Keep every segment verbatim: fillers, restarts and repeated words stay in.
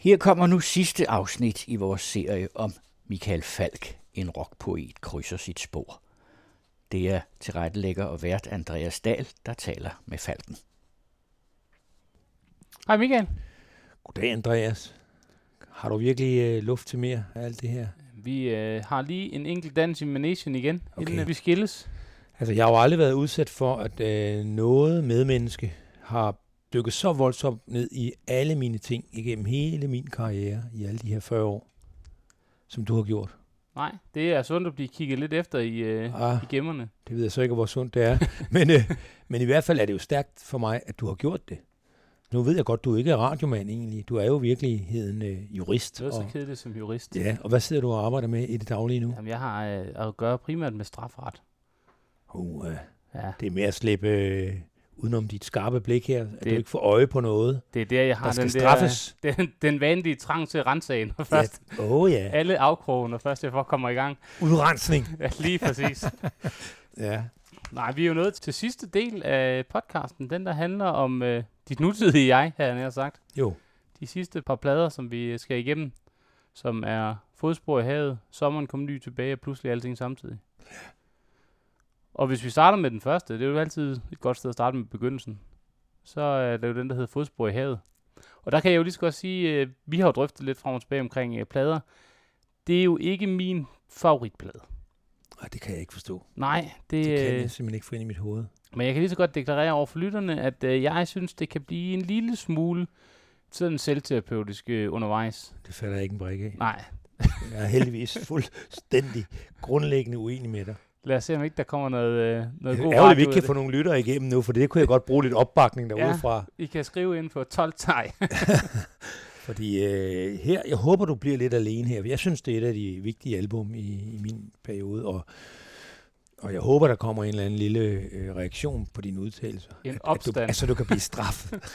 Her kommer nu sidste afsnit i vores serie om Michael Falch, en rockpoet krydser sit spor. Det er tilrettelægger og vært Andreas Dahl, der taler med Falken. Hej Michael. Goddag Andreas. Har du virkelig øh, luft til mere af alt det her? Vi øh, har lige en enkelt dans i Managen igen, Okay. inden vi skilles. Altså, jeg har jo aldrig været udsat for, at øh, noget medmenneske har dykket så voldsomt ned i alle mine ting igennem hele min karriere i alle de her fyrre år, som du har gjort. Nej, det er sundt at blive kigget lidt efter i, øh, Ah. i gemmerne. Det ved jeg så ikke, hvor sundt det er. men, øh, men i hvert fald er det jo stærkt for mig, at du har gjort det. Nu ved jeg godt, du ikke er radiomand egentlig. Du er jo virkeligheden øh, jurist. Det er så og, kedeligt som jurist. ja, og hvad sidder du og arbejder med i det daglige nu? Jamen, jeg har øh, at gøre primært med strafret. Uh, øh, Ja, det er med at slippe øh, udenom dit skarpe blik her, at Det- du ikke får øje på noget, det er der, jeg har der skal den, straffes. der, den, den vanlige trang til renssagen. Når først, Ja, oh ja, alle afkroge, når først jeg får kommer i gang. udrensning. Ja, lige præcis. Ja. Nej, vi er jo nået til sidste del af podcasten. Den, der handler om øh, dit nutidige jeg, havde jeg sagt. Jo. De sidste par plader, som vi skal igennem, som er Fodspor i havet, Sommeren kom ny tilbage, og pludselig alting samtidig. Og hvis vi starter med den første, det er jo altid et godt sted at starte med begyndelsen, så er det jo den, der hedder Fodspor i havet. Og der kan jeg jo lige så godt sige, øh, vi har jo drøftet lidt frem og tilbage omkring øh, plader. Det er jo ikke min favoritplade. Ej, det kan jeg ikke forstå. Nej, det, Det kan øh, jeg simpelthen ikke få ind i mit hoved. men jeg kan lige så godt deklarere over for lytterne, at øh, jeg synes, det kan blive en lille smule sådan selvterapeutisk øh, undervejs. Det falder jeg ikke en brik af. Nej, Jeg er heldigvis fuldstændig grundlæggende uenig med dig. lad os se, om ikke der kommer noget, øh, noget Det god er ærgerligt, at vi radio ikke ud af kan det. få nogle lyttere igennem nu, for det kunne jeg godt bruge lidt opbakning derude Ja. fra. I kan skrive ind på tolv teg. Fordi øh, her, jeg håber, du bliver lidt alene her. Jeg synes, det er et af de vigtige album i, i min periode, og, og jeg håber, der kommer en eller anden lille øh, reaktion på dine udtalelser. En At, at opstand. du, altså, du kan blive straffet.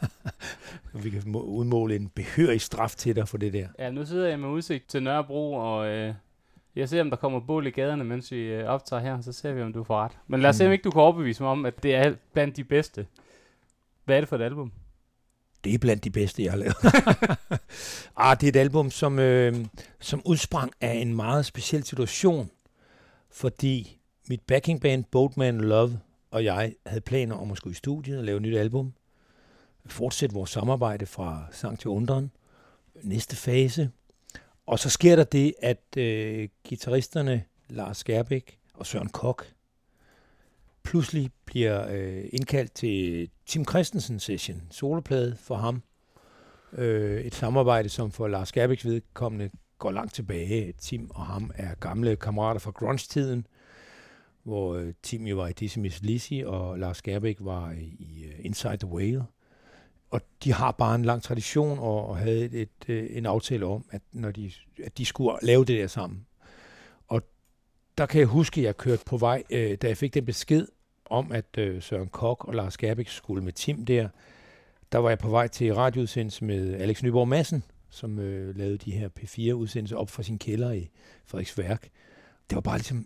Vi kan må- udmåle en behørig straf til dig for det der. Ja, nu sidder jeg med udsigt til Nørrebro, og øh, jeg ser, om der kommer bål i gaderne, mens vi øh, optager her, så ser vi, om du får ret. Men lad os se, om Mm. ikke du kan overbevise mig om, at det er blandt de bedste. Hvad er det for et album? Det er blandt de bedste, jeg har lavet. ah, det er et album, som, øh, som udsprang af en meget speciel situation, fordi mit backingband Boatman Love og jeg havde planer om at skulle i studiet og lave et nyt album. Fortsætte vores samarbejde fra sang til undren. Næste fase. Og så sker der det, at øh, guitaristerne Lars Skærbæk og Søren Kok pludselig bliver øh, indkaldt til Tim Christensen session, soloplade for ham. Øh, et samarbejde, som for Lars Skærbæks vedkommende går langt tilbage. Tim og ham er gamle kammerater fra grunge-tiden, hvor øh, Tim jo var i Dizzy Miss Lizzy, og Lars Skærbæk var i, i uh, Inside the Whale. Og de har bare en lang tradition, og, og havde et, et, øh, en aftale om, at, når de, at de skulle lave det der sammen. Og der kan jeg huske, at jeg kørte på vej, øh, da jeg fik den besked om, at øh, Søren Kok og Lars Skærbæk skulle med Tim der. Der var jeg på vej til radioudsendelse med Alex Nyborg Madsen, som øh, lavede de her P fire udsendelser op fra sin kælder i Frederiksværk. Det var bare ligesom,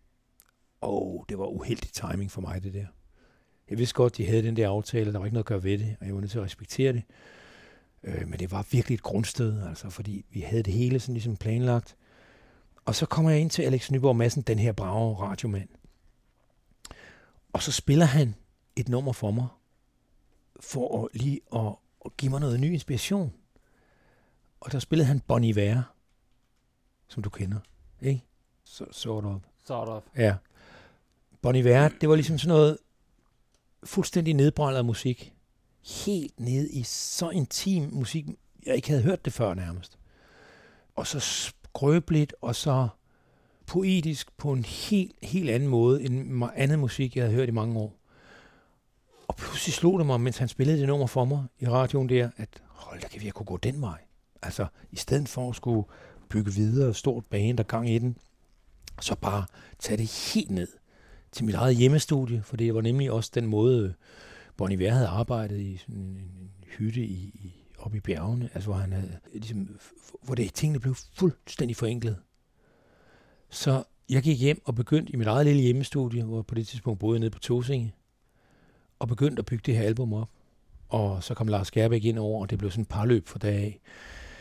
åh, det var uheldig timing for mig, det der. Jeg vidste godt, de havde den der aftale, der var ikke noget at gøre ved det, og jeg var nødt til at respektere det. Øh, men det var virkelig et grundsted, altså, fordi vi havde det hele sådan ligesom planlagt. Og så kommer jeg ind til Alex Nyborg Madsen, den her brave radiomand. Og så spiller han et nummer for mig, for at lige at, at give mig noget ny inspiration. Og der spillede han Bon Iver, som du kender, ikke? Så, sort of. Sort of. Ja. Bon Iver, det var ligesom sådan noget fuldstændig nedbrændet musik. Helt ned i så intim musik, jeg ikke havde hørt det før nærmest. Og så skrøbeligt, og så poetisk på en helt, helt anden måde end andet musik, jeg havde hørt i mange år. Og pludselig slog det mig, mens han spillede det nummer for mig i radioen der, at hold da, kan vi kunne gå den vej. Altså, i stedet for at skulle bygge videre, stort band og gang i den, så bare tage det helt ned til mit eget hjemmestudie, for det var nemlig også den måde, Bon Iver havde arbejdet i sådan en, en hytte i, i, oppe i bjergene, altså hvor han havde, ligesom, hvor det tingene blev fuldstændig forenklet. Så jeg gik hjem og begyndte i mit eget lille hjemmestudie, hvor jeg på det tidspunkt boede nede på Tåsinge, og begyndte at bygge det her album op. Og så kom Lars Skærbæk ind over, og det blev sådan et parløb for dag af.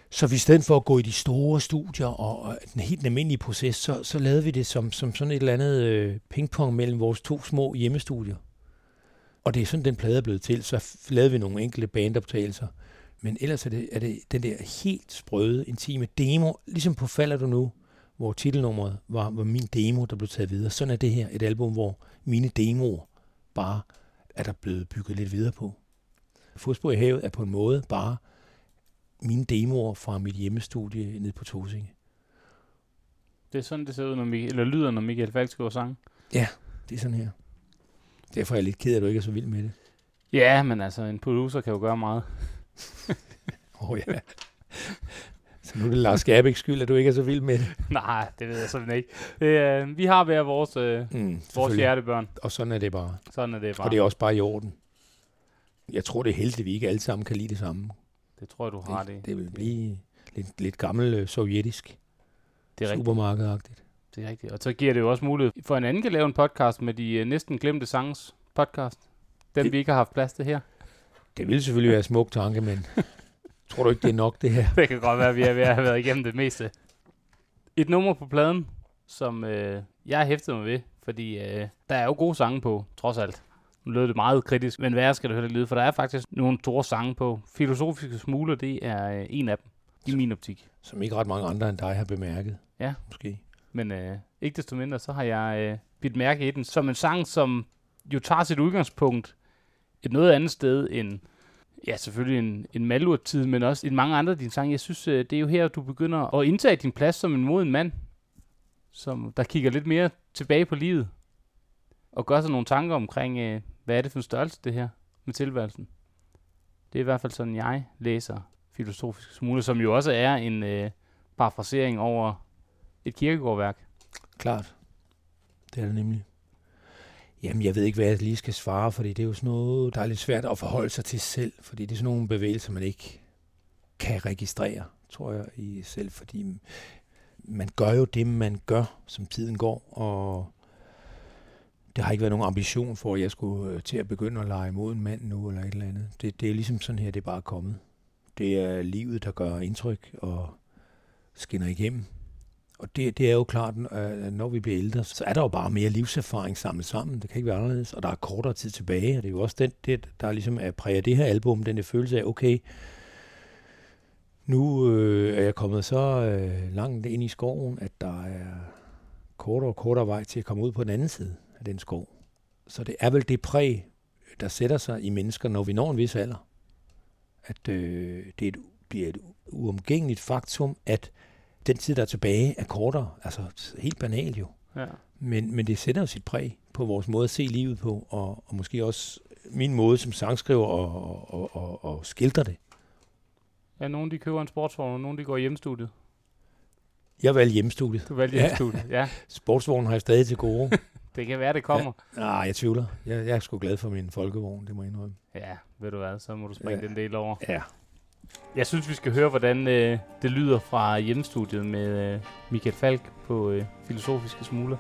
Så vi i stedet for at gå i de store studier og, og den helt almindelige proces, så, så lavede vi det som, som sådan et eller andet øh, pingpong mellem vores to små hjemmestudier. Og det er sådan, den plade er blevet til. Så f- lavede vi nogle enkelte bandoptagelser. Men ellers er det, er det den der helt sprøde, intime demo, ligesom på Falder du nu, hvor titelnummeret var, var min demo, der blev taget videre. Sådan er det her et album, hvor mine demoer bare er der blevet bygget lidt videre på. Fodspor i havet er på en måde bare mine demoer fra mit hjemmestudie nede på Tåsinge. Det er sådan, det ser ud, når Michael, eller lyder, når Michael Falk skriver sang. Ja, det er sådan her. Derfor er jeg lidt ked af, at du ikke er så vild med det. Ja, men altså, en producer kan jo gøre meget. Åh oh, ja. Så nu er det Lars Gerbæks skyld, at du ikke er så vild med det. Nej, det ved jeg sådan ikke. Det, øh, vi har hver vores, øh, mm, vores hjertebørn. Og sådan er det bare. Sådan er det bare. Og det er også bare i orden. Jeg tror, det er heldigt, at vi ikke alle sammen kan lide det samme. Det tror jeg, du har det. Det, det vil blive lidt, lidt gammel øh, sovjetisk. Det er supermarkedagtigt. Det er rigtigt. Og så giver det jo også mulighed for en anden kan lave en podcast med de øh, næsten glemte sangs podcast. Den det, vi ikke har haft plads til her. Det ville selvfølgelig være en smuk tanke, men tror du ikke, det er nok det her? Det kan godt være, at vi er ved at have været igennem det meste. Et nummer på pladen, som øh, jeg har hæftet mig ved, fordi øh, der er jo gode sange på, trods alt. Nu lød det meget kritisk, men værre skal det heller lyde, for der er faktisk nogle store sange på. Filosofiske Smuler, det er øh, en af dem, i min optik. Som ikke ret mange andre end dig har bemærket. Ja, måske. Men øh, ikke desto mindre, så har jeg øh, bidt mærke i den, som en sang, som jo tager sit udgangspunkt et noget andet sted end, ja, selvfølgelig en, en Malurt-tid, men også en mange andre af dine sange. Jeg synes, øh, det er jo her, du begynder at indtage din plads som en moden mand, som der kigger lidt mere tilbage på livet, og gør sig nogle tanker omkring, øh, hvad er det for en størrelse, det her med tilværelsen. Det er i hvert fald sådan, jeg læser Filosofiske Smuler, som jo også er en øh, parafrasering over et kirkegårdværk. Klart. Det er det nemlig. Jamen, jeg ved ikke, hvad jeg lige skal svare, fordi det er jo sådan noget, der er lidt svært at forholde sig til selv, fordi det er sådan nogle bevægelser, man ikke kan registrere, tror jeg, i selv, fordi man gør jo det, man gør, som tiden går, og det har ikke været nogen ambition for, at jeg skulle til at begynde at lege mod en mand nu, eller et eller andet. Det, det er ligesom sådan her, det er bare kommet. Det er livet, der gør indtryk og skinner igennem. Og det, det er jo klart, at når vi bliver ældre, så er der jo bare mere livserfaring samlet sammen. Det kan ikke være anderledes, og der er kortere tid tilbage, og det er jo også den, det, der ligesom er præget det her album, den der følelse af, okay, nu øh, er jeg kommet så øh, langt ind i skoven, at der er kortere og kortere vej til at komme ud på den anden side af den skov. Så det er vel det præg, der sætter sig i mennesker, når vi når en vis alder. At øh, det er et, bliver et uomgængeligt faktum, at den tid, der er tilbage, er kortere. Altså helt banalt jo. Ja. Men, men det sætter jo sit præg på vores måde at se livet på, og, og måske også min måde som sangskriver og, og, og, og skildre det. Ja, nogle de køber en sportsvogn, og nogle de går i hjemmestudiet. Jeg valgte hjemmestudiet. Du valgte hjemmestudiet, ja. ja. Sportsvognen har jeg stadig til gode. Det kan være, det kommer. Ja. Nej, jeg tvivler. Jeg, jeg er sgu glad for min folkevogn, det må jeg indrømme. Ja, ved du hvad, så må du springe ja. den del over. Ja. Jeg synes, vi skal høre, hvordan øh, det lyder fra hjemmestudiet med øh, Michael Falk på øh, Filosofiske Smuler.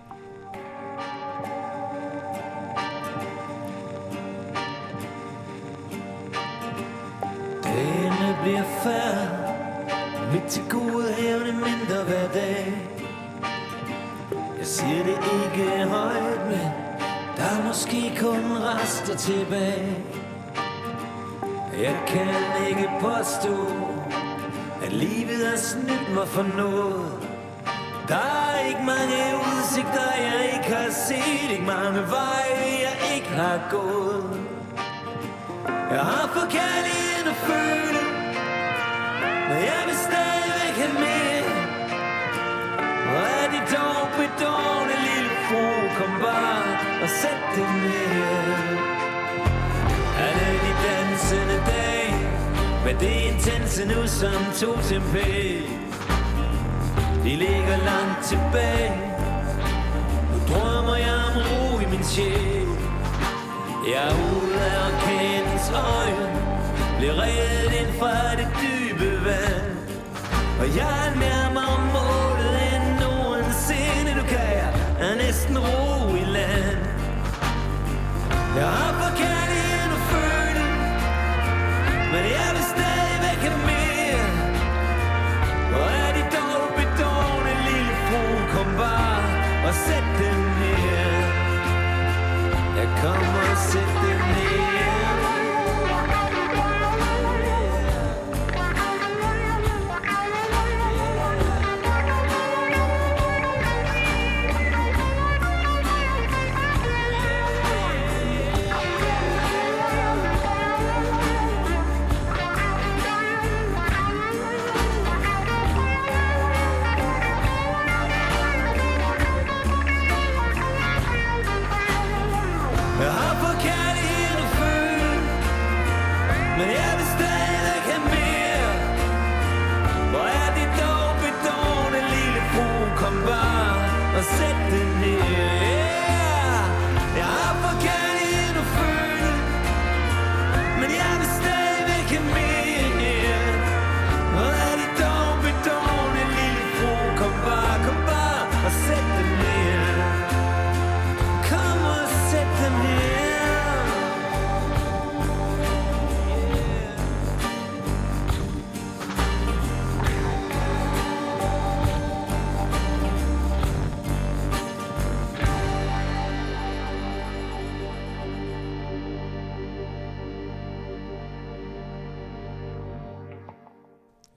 Dagene bliver færre, mit til gode hævne mindre hver dag. Jeg siger det ikke højt, men der er måske kun rester tilbage. Jeg kan ikke påstå, at livet har snydt mig for noget. Der er ikke mange udsigter, jeg ikke har set, ikke mange veje, jeg ikke har gået. Jeg har for kærligheden at føle, men jeg vil stadigvæk have mere. Og er det dog bedårende lille fru, kom bare og sæt det med. Alle de dansende dage, men det er intense nu som to tempel. De ligger langt tilbage, nu drømmer jeg om ro i min sjæl. Jeg er ude af orkanens øje, bliver reddet ind fra det dybe vand. Og jeg er nærmere målet end nogensinde, nu kan jeg er næsten ro i land. Jeg har for kærligheden at føle, men jeg vil stadigvæk have mere.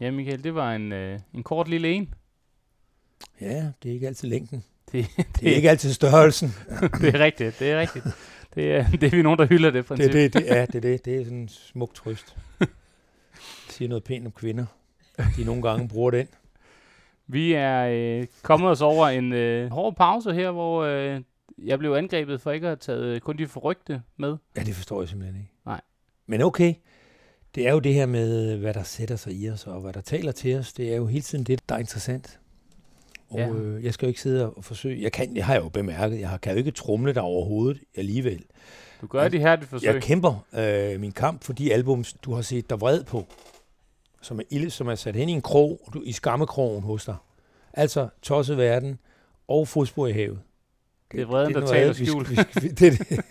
Ja, Michael, det var en, øh, en kort lille en. Ja, det er ikke altid længden. Det, det, det er ikke altid størrelsen. Det er rigtigt, det er rigtigt. Det er, det er vi nogen, der hylder det princip. Det, det, det, er, det, er det, det er sådan en smuk trøst. Jeg siger noget pænt om kvinder. De nogle gange bruger den. Vi er øh, kommet os over en øh, hård pause her, hvor øh, jeg blev angrebet for ikke at have taget kun de forrygte med. Ja, det forstår jeg simpelthen ikke. Nej. Men okay, det er jo det her med, hvad der sætter sig i os, og hvad der taler til os. Det er jo hele tiden det, der er interessant. Og ja. øh, jeg skal jo ikke sidde og forsøge. Jeg, kan, jeg har jo bemærket, jeg kan jo ikke trumle der overhovedet alligevel. Du gør det her, det forsøg. Jeg kæmper øh, min kamp for de albums, du har set dig vred på, som er, ille, som er sat hen i en krog, du, i skammekrogen hos dig. Altså Tosset Verden og Fodspor i havet. Det er vreden, der taler skjult. Vi, vi, det er det.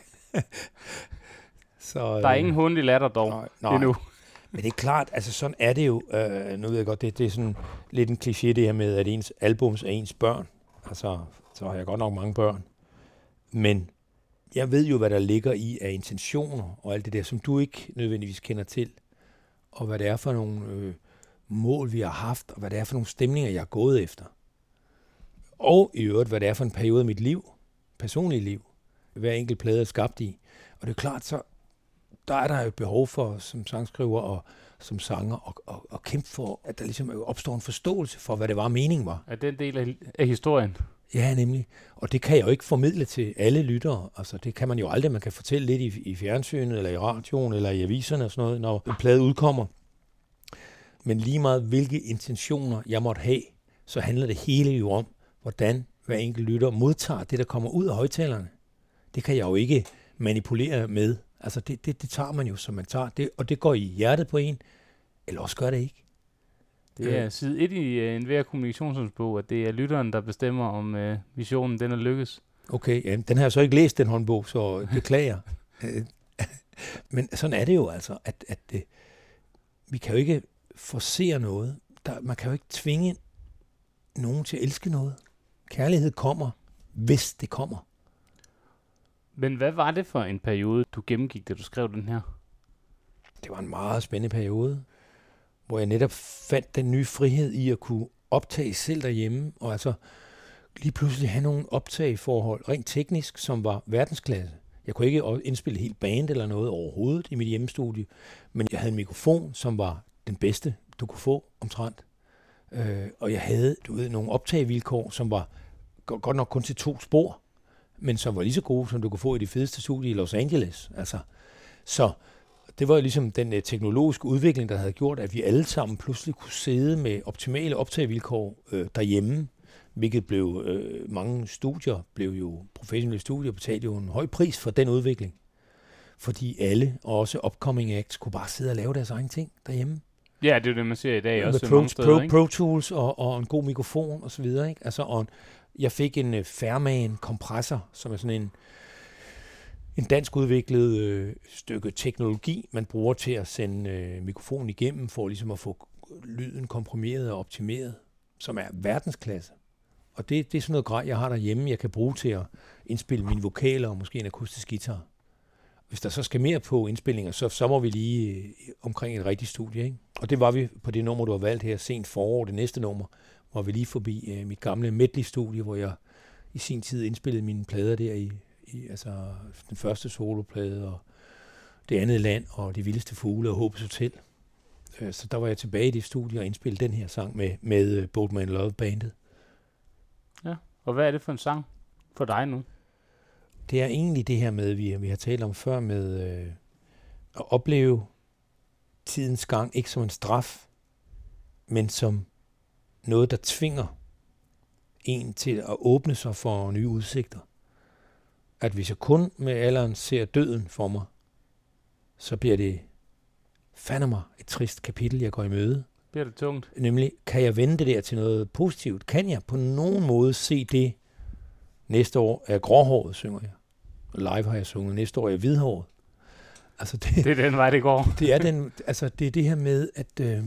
Så, der er ingen hundelig latter dog nej, nej. endnu. Men det er klart, altså sådan er det jo. Øh, nu ved jeg godt, det, det er sådan lidt en kliché det her med, at ens albums er ens børn. Altså, så har jeg godt nok mange børn. Men jeg ved jo, hvad der ligger i af intentioner og alt det der, som du ikke nødvendigvis kender til. Og hvad det er for nogle øh, mål, vi har haft, og hvad det er for nogle stemninger, jeg har gået efter. Og i øvrigt, hvad det er for en periode af mit liv, personlige liv, hver enkelt plade er skabt i. Og det er klart, så der er der jo behov for, som sangskriver og som sanger, at, at, at kæmpe for, at der ligesom opstår en forståelse for, hvad det var, meningen var. Er den del af, af historien? Ja, nemlig. Og det kan jeg jo ikke formidle til alle lyttere. Altså, det kan man jo aldrig. Man kan fortælle lidt i, i fjernsynet, eller i radioen, eller i aviserne og sådan noget, når en plade udkommer. Men lige meget, hvilke intentioner jeg måtte have, så handler det hele jo om, hvordan hver enkelt lytter modtager det, der kommer ud af højtalerne. Det kan jeg jo ikke manipulere med. Altså, det, det, det tager man jo, som man tager. Det, og det går i hjertet på en, eller også gør det ikke. Det er side et i uh, enhver kommunikationsbog, at det er lytteren, der bestemmer, om uh, visionen den er lykkes. Okay, ja, den har jeg så ikke læst, den håndbog, så beklager. Men sådan er det jo altså, at, at det, vi kan jo ikke forcere noget. Der, man kan jo ikke tvinge nogen til at elske noget. Kærlighed kommer, hvis det kommer. Men hvad var det for en periode, du gennemgik, da du skrev den her? Det var en meget spændende periode, hvor jeg netop fandt den nye frihed i at kunne optage selv derhjemme, og altså lige pludselig have nogle optageforhold, rent teknisk, som var verdensklasse. Jeg kunne ikke indspille helt band eller noget overhovedet i mit hjemmestudie, men jeg havde en mikrofon, som var den bedste, du kunne få omtrent. Øh, og jeg havde, du ved, nogle optagevilkår, som var godt nok kun til to spor, men som var lige så gode, som du kunne få i de fedeste studier i Los Angeles. Altså, så det var jo ligesom den uh, teknologiske udvikling, der havde gjort, at vi alle sammen pludselig kunne sidde med optimale optagevilkår øh, derhjemme, hvilket blev, øh, mange studier, blev jo professionelle studier, betalte jo en høj pris for den udvikling. Fordi alle, og også upcoming acts, kunne bare sidde og lave deres egen ting derhjemme. Ja, det er det, man ser i dag også med mange steder, Pro, ikke? Pro Tools og, og en god mikrofon og så videre, ikke? Altså, og jeg fik en uh, Fairman kompressor, som er sådan en, en dansk udviklet øh, stykke teknologi, man bruger til at sende øh, mikrofonen igennem, for ligesom at få lyden komprimeret og optimeret, som er verdensklasse. Og det, det er sådan noget grej, jeg har derhjemme, jeg kan bruge til at indspille mine vokaler og måske en akustisk guitar. Hvis der så skal mere på indspillinger, så, så må vi lige øh, omkring et rigtigt studie, ikke? Og det var vi på det nummer, du har valgt her, sent forår, det næste nummer, hvor vi lige forbi øh, mit gamle medley-studie, hvor jeg i sin tid indspillede mine plader der i, i altså den første soloplade og Det andet land og De vildeste fugle og Håbets Hotel. Øh, så der var jeg tilbage i det studie og indspillede den her sang med, med Boatman Love Bandet. Ja, og hvad er det for en sang for dig nu? Det er egentlig det her med, vi, vi har talt om før, med øh, at opleve tidens gang, ikke som en straf, men som noget, der tvinger en til at åbne sig for nye udsigter. At hvis jeg kun med alderen ser døden for mig, så bliver det fandme et trist kapitel, jeg går i møde. Bliver det tungt? Nemlig, kan jeg vende det der til noget positivt? Kan jeg på nogen måde se det? Næste år er gråhåret, synger jeg. Live har jeg sunget. Næste år er jeg hvidhåret. Altså det, det er den vej, det går. Det er, den, altså det, er det her med, at øh,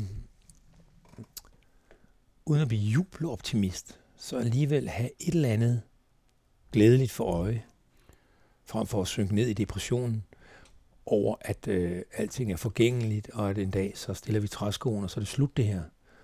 uden at blive jubeloptimist, så alligevel have et eller andet glædeligt for øje, frem for at synke ned i depressionen over, at øh, alting er forgængeligt, og at en dag så stiller vi træskoen, og så er det slut det her.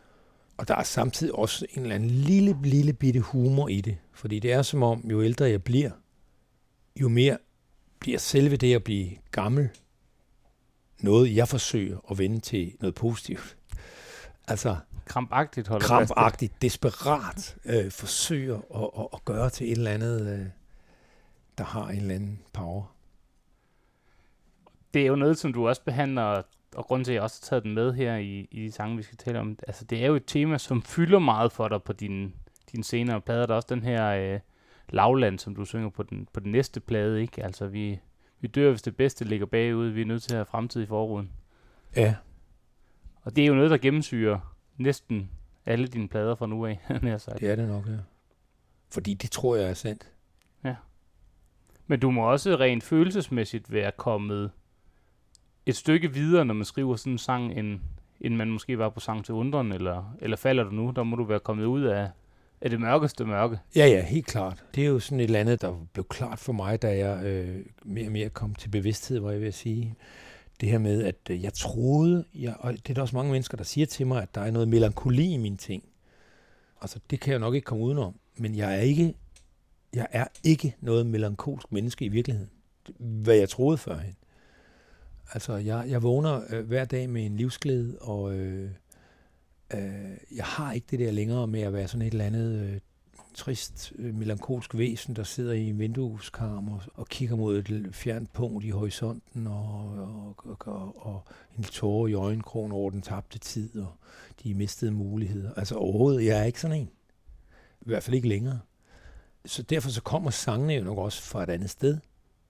Og der er samtidig også en eller anden lille, lille bitte humor i det. Fordi det er som om, jo ældre jeg bliver, jo mere bliver selve det at blive gammel noget, jeg forsøger at vende til noget positivt. Altså krampagtigt holder krampagtigt, desperat øh, forsøger at, at, at gøre til et eller andet, øh, der har en eller anden power. Det er jo noget, som du også behandler, og grunden til, at jeg også har taget den med her i, i de sange, vi skal tale om. Altså, det er jo et tema, som fylder meget for dig på dine, dine senere plader. Der er også den her øh, lavland, som du synger på den, på den næste plade, ikke? Altså, vi, vi dør, hvis det bedste ligger bagude. Vi er nødt til at have fremtid i forruden. Ja. Og det er jo noget, der gennemsyrer næsten alle dine plader fra nu af. Det er det nok, ja. Fordi det tror jeg er sandt. Ja. Men du må også rent følelsesmæssigt være kommet et stykke videre, når man skriver sådan en sang, end, end man måske var på Sang til Undren, eller, eller falder du nu? Der må du være kommet ud af, af det mørkeste mørke. Ja, ja, helt klart. Det er jo sådan et eller andet, der blev klart for mig, da jeg øh, mere og mere kom til bevidsthed, hvor jeg vil sige. Det her med, at øh, jeg troede, jeg, og det er der også mange mennesker, der siger til mig, at der er noget melankoli i mine ting. Altså, det kan jeg nok ikke komme udenom. Men jeg er ikke, jeg er ikke noget melankolsk menneske i virkeligheden. Hvad jeg troede førhen. Altså, jeg, jeg vågner øh, hver dag med en livsglæde, og øh, øh, jeg har ikke det der længere med at være sådan et eller andet øh, trist, øh, melankolsk væsen, der sidder i en vindueskarm og, og kigger mod et fjernt punkt i horisonten, og, og, og, og, og en tåre i øjenkrogen over den tabte tid, og de mistede muligheder. Altså overhovedet, jeg er ikke sådan en. I hvert fald ikke længere. Så derfor så kommer sangene jo nok også fra et andet sted.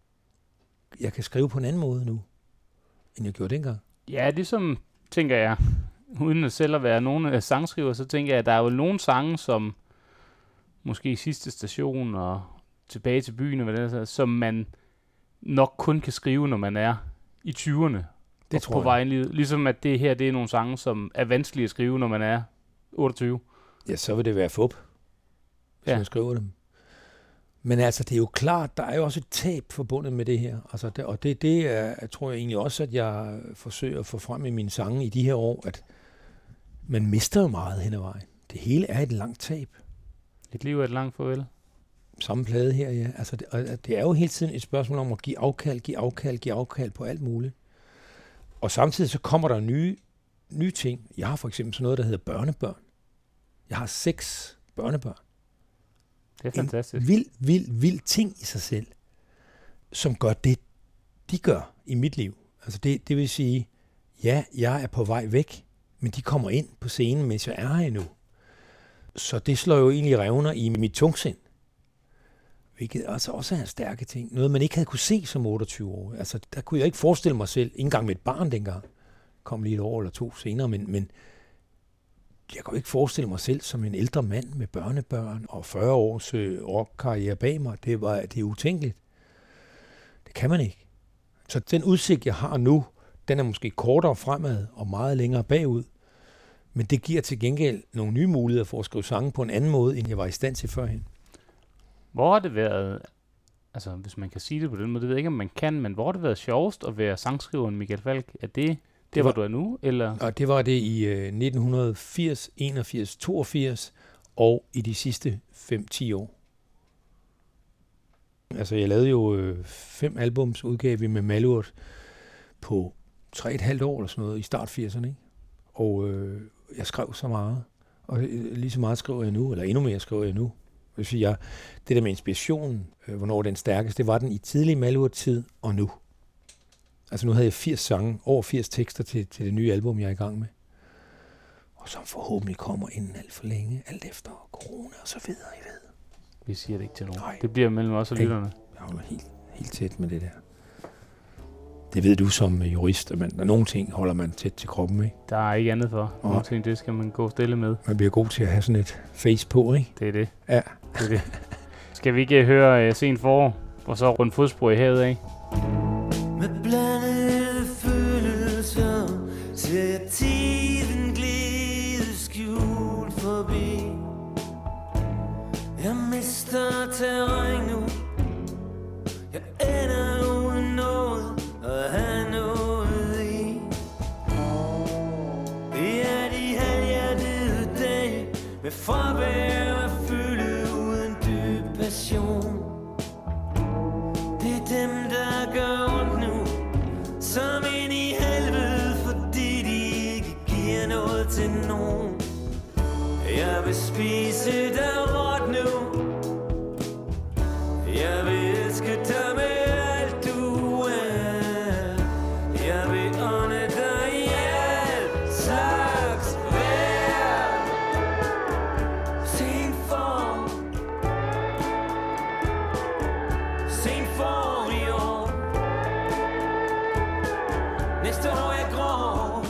Jeg kan skrive på en anden måde nu, end jeg gjorde dengang. Ja, ligesom, tænker jeg, uden at selv at være nogen af sangskriver, så tænker jeg, at der er jo nogle sange, som måske Sidste Station og Tilbage til byen, og hvad det er, som man nok kun kan skrive, når man er i tyverne. Det tror på jeg. vejen livet. Ligesom at det her, det er nogle sange, som er vanskelige at skrive, når man er otteogtyve. Ja, så vil det være fup, hvis Ja. man skriver dem. Men altså, det er jo klart, der er jo også et tab forbundet med det her. Altså, det, og det, det er, jeg tror jeg egentlig også, at jeg forsøger at få frem i mine sange i de her år, at man mister jo meget hen ad vejen. Det hele er et langt tab. Et liv er et langt farvel. Samme plade her, ja. Altså, det, og det er jo hele tiden et spørgsmål om at give afkald, give afkald, give afkald på alt muligt. Og samtidig så kommer der nye, nye ting. Jeg har for eksempel sådan noget, der hedder børnebørn. Jeg har seks børnebørn. Det er fantastisk. En vild, vild, vild ting i sig selv, som gør det, de gør i mit liv. Altså det, det vil sige, ja, jeg er på vej væk, men de kommer ind på scenen, mens jeg er her endnu. Så det slår jo egentlig revner i mit tungsind. Hvilket altså også er en stærke ting. Noget, man ikke havde kunne se som otteogtyve år. Altså, der kunne jeg ikke forestille mig selv, ikke engang med et barn dengang, kom lige et år eller to senere, men, men jeg kan jo ikke forestille mig selv som en ældre mand med børnebørn og fyrre års øh, rockkarriere bag mig. Det, var, det er utænkeligt. Det kan man ikke. Så den udsigt, jeg har nu, den er måske kortere fremad og meget længere bagud. Men det giver til gengæld nogle nye muligheder for at skrive sange på en anden måde, end jeg var i stand til førhen. Hvor har det været, altså hvis man kan sige det på den måde, det ved jeg ikke, om man kan, men hvor har det været sjovest at være sangskriveren Michael Falch? Er det der, hvor du er nu, eller? Og det var det i øh, nitten firs, enogfirs, toogfirs og i de sidste fem til ti år. Altså jeg lavede jo øh, fem albums, udgav vi med Malurt på tre og et halvt år eller sådan noget i start firserne, ikke? Og øh, jeg skrev så meget, og øh, lige så meget skriver jeg nu, eller endnu mere skriver jeg nu. Jeg, det der med inspirationen, øh, hvornår den stærkeste, det var den i tidlig Malurt-tid og nu. Altså nu havde jeg firs sange, over firs tekster til, til det nye album, jeg er i gang med. Og som forhåbentlig kommer inden alt for længe, alt efter corona og så videre, I ved. Vi siger det ikke til nogen. Nej. Det bliver mellem os og lytterne. Jeg holder helt, helt tæt med det der. Det ved du som jurist, at man, der nogle ting holder man tæt til kroppen, ikke? Der er ikke andet for. Nej. Nogle ting, det skal man gå stille med. Man bliver god til at have sådan et face på, ikke? Det er det. Ja. Det er det. Skal vi ikke høre uh, Sent forår, og så rundt fodspor i havet af? Med blandede følelser ser jeg tiden glide skjult forbi. Jeg mister terræn nu. Jeg ender uden noget at have noget i. Det er de halvhjertede dage, med fravær af fylde uden dyb passion. Det er dem, der gør ondt nu, som ind i helvede, fordi de ikke giver noget til nogen. Jeg vil spise dig råt nu, jeg vil elske dig med alt du er. Jeg vil ånde dig i alt slags vejr. Sen form, sen form i år. Næste år er grå,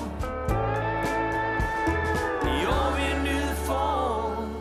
i år vil en ny form.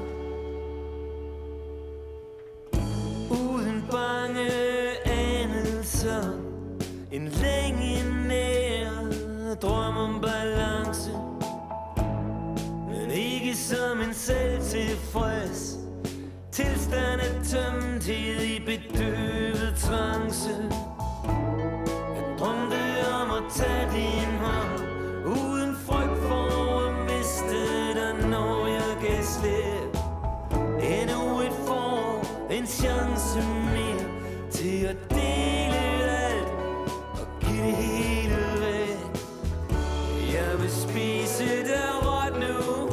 Uden bange anelser, en længe nær drøm om balance, men ikke som en selvtilfreds tilstand af tømthed i bedøvet trance. Jeg drømte om at tage din hånd, uden frygt for at miste dig, når jeg gav slip. Endnu et forår, en chance mere til at dele alt og give det hele væk. Jeg vil spise dig råt nu,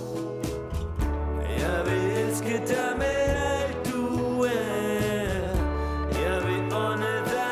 jeg vil elske dig med alt du er. Jeg vil ånde dig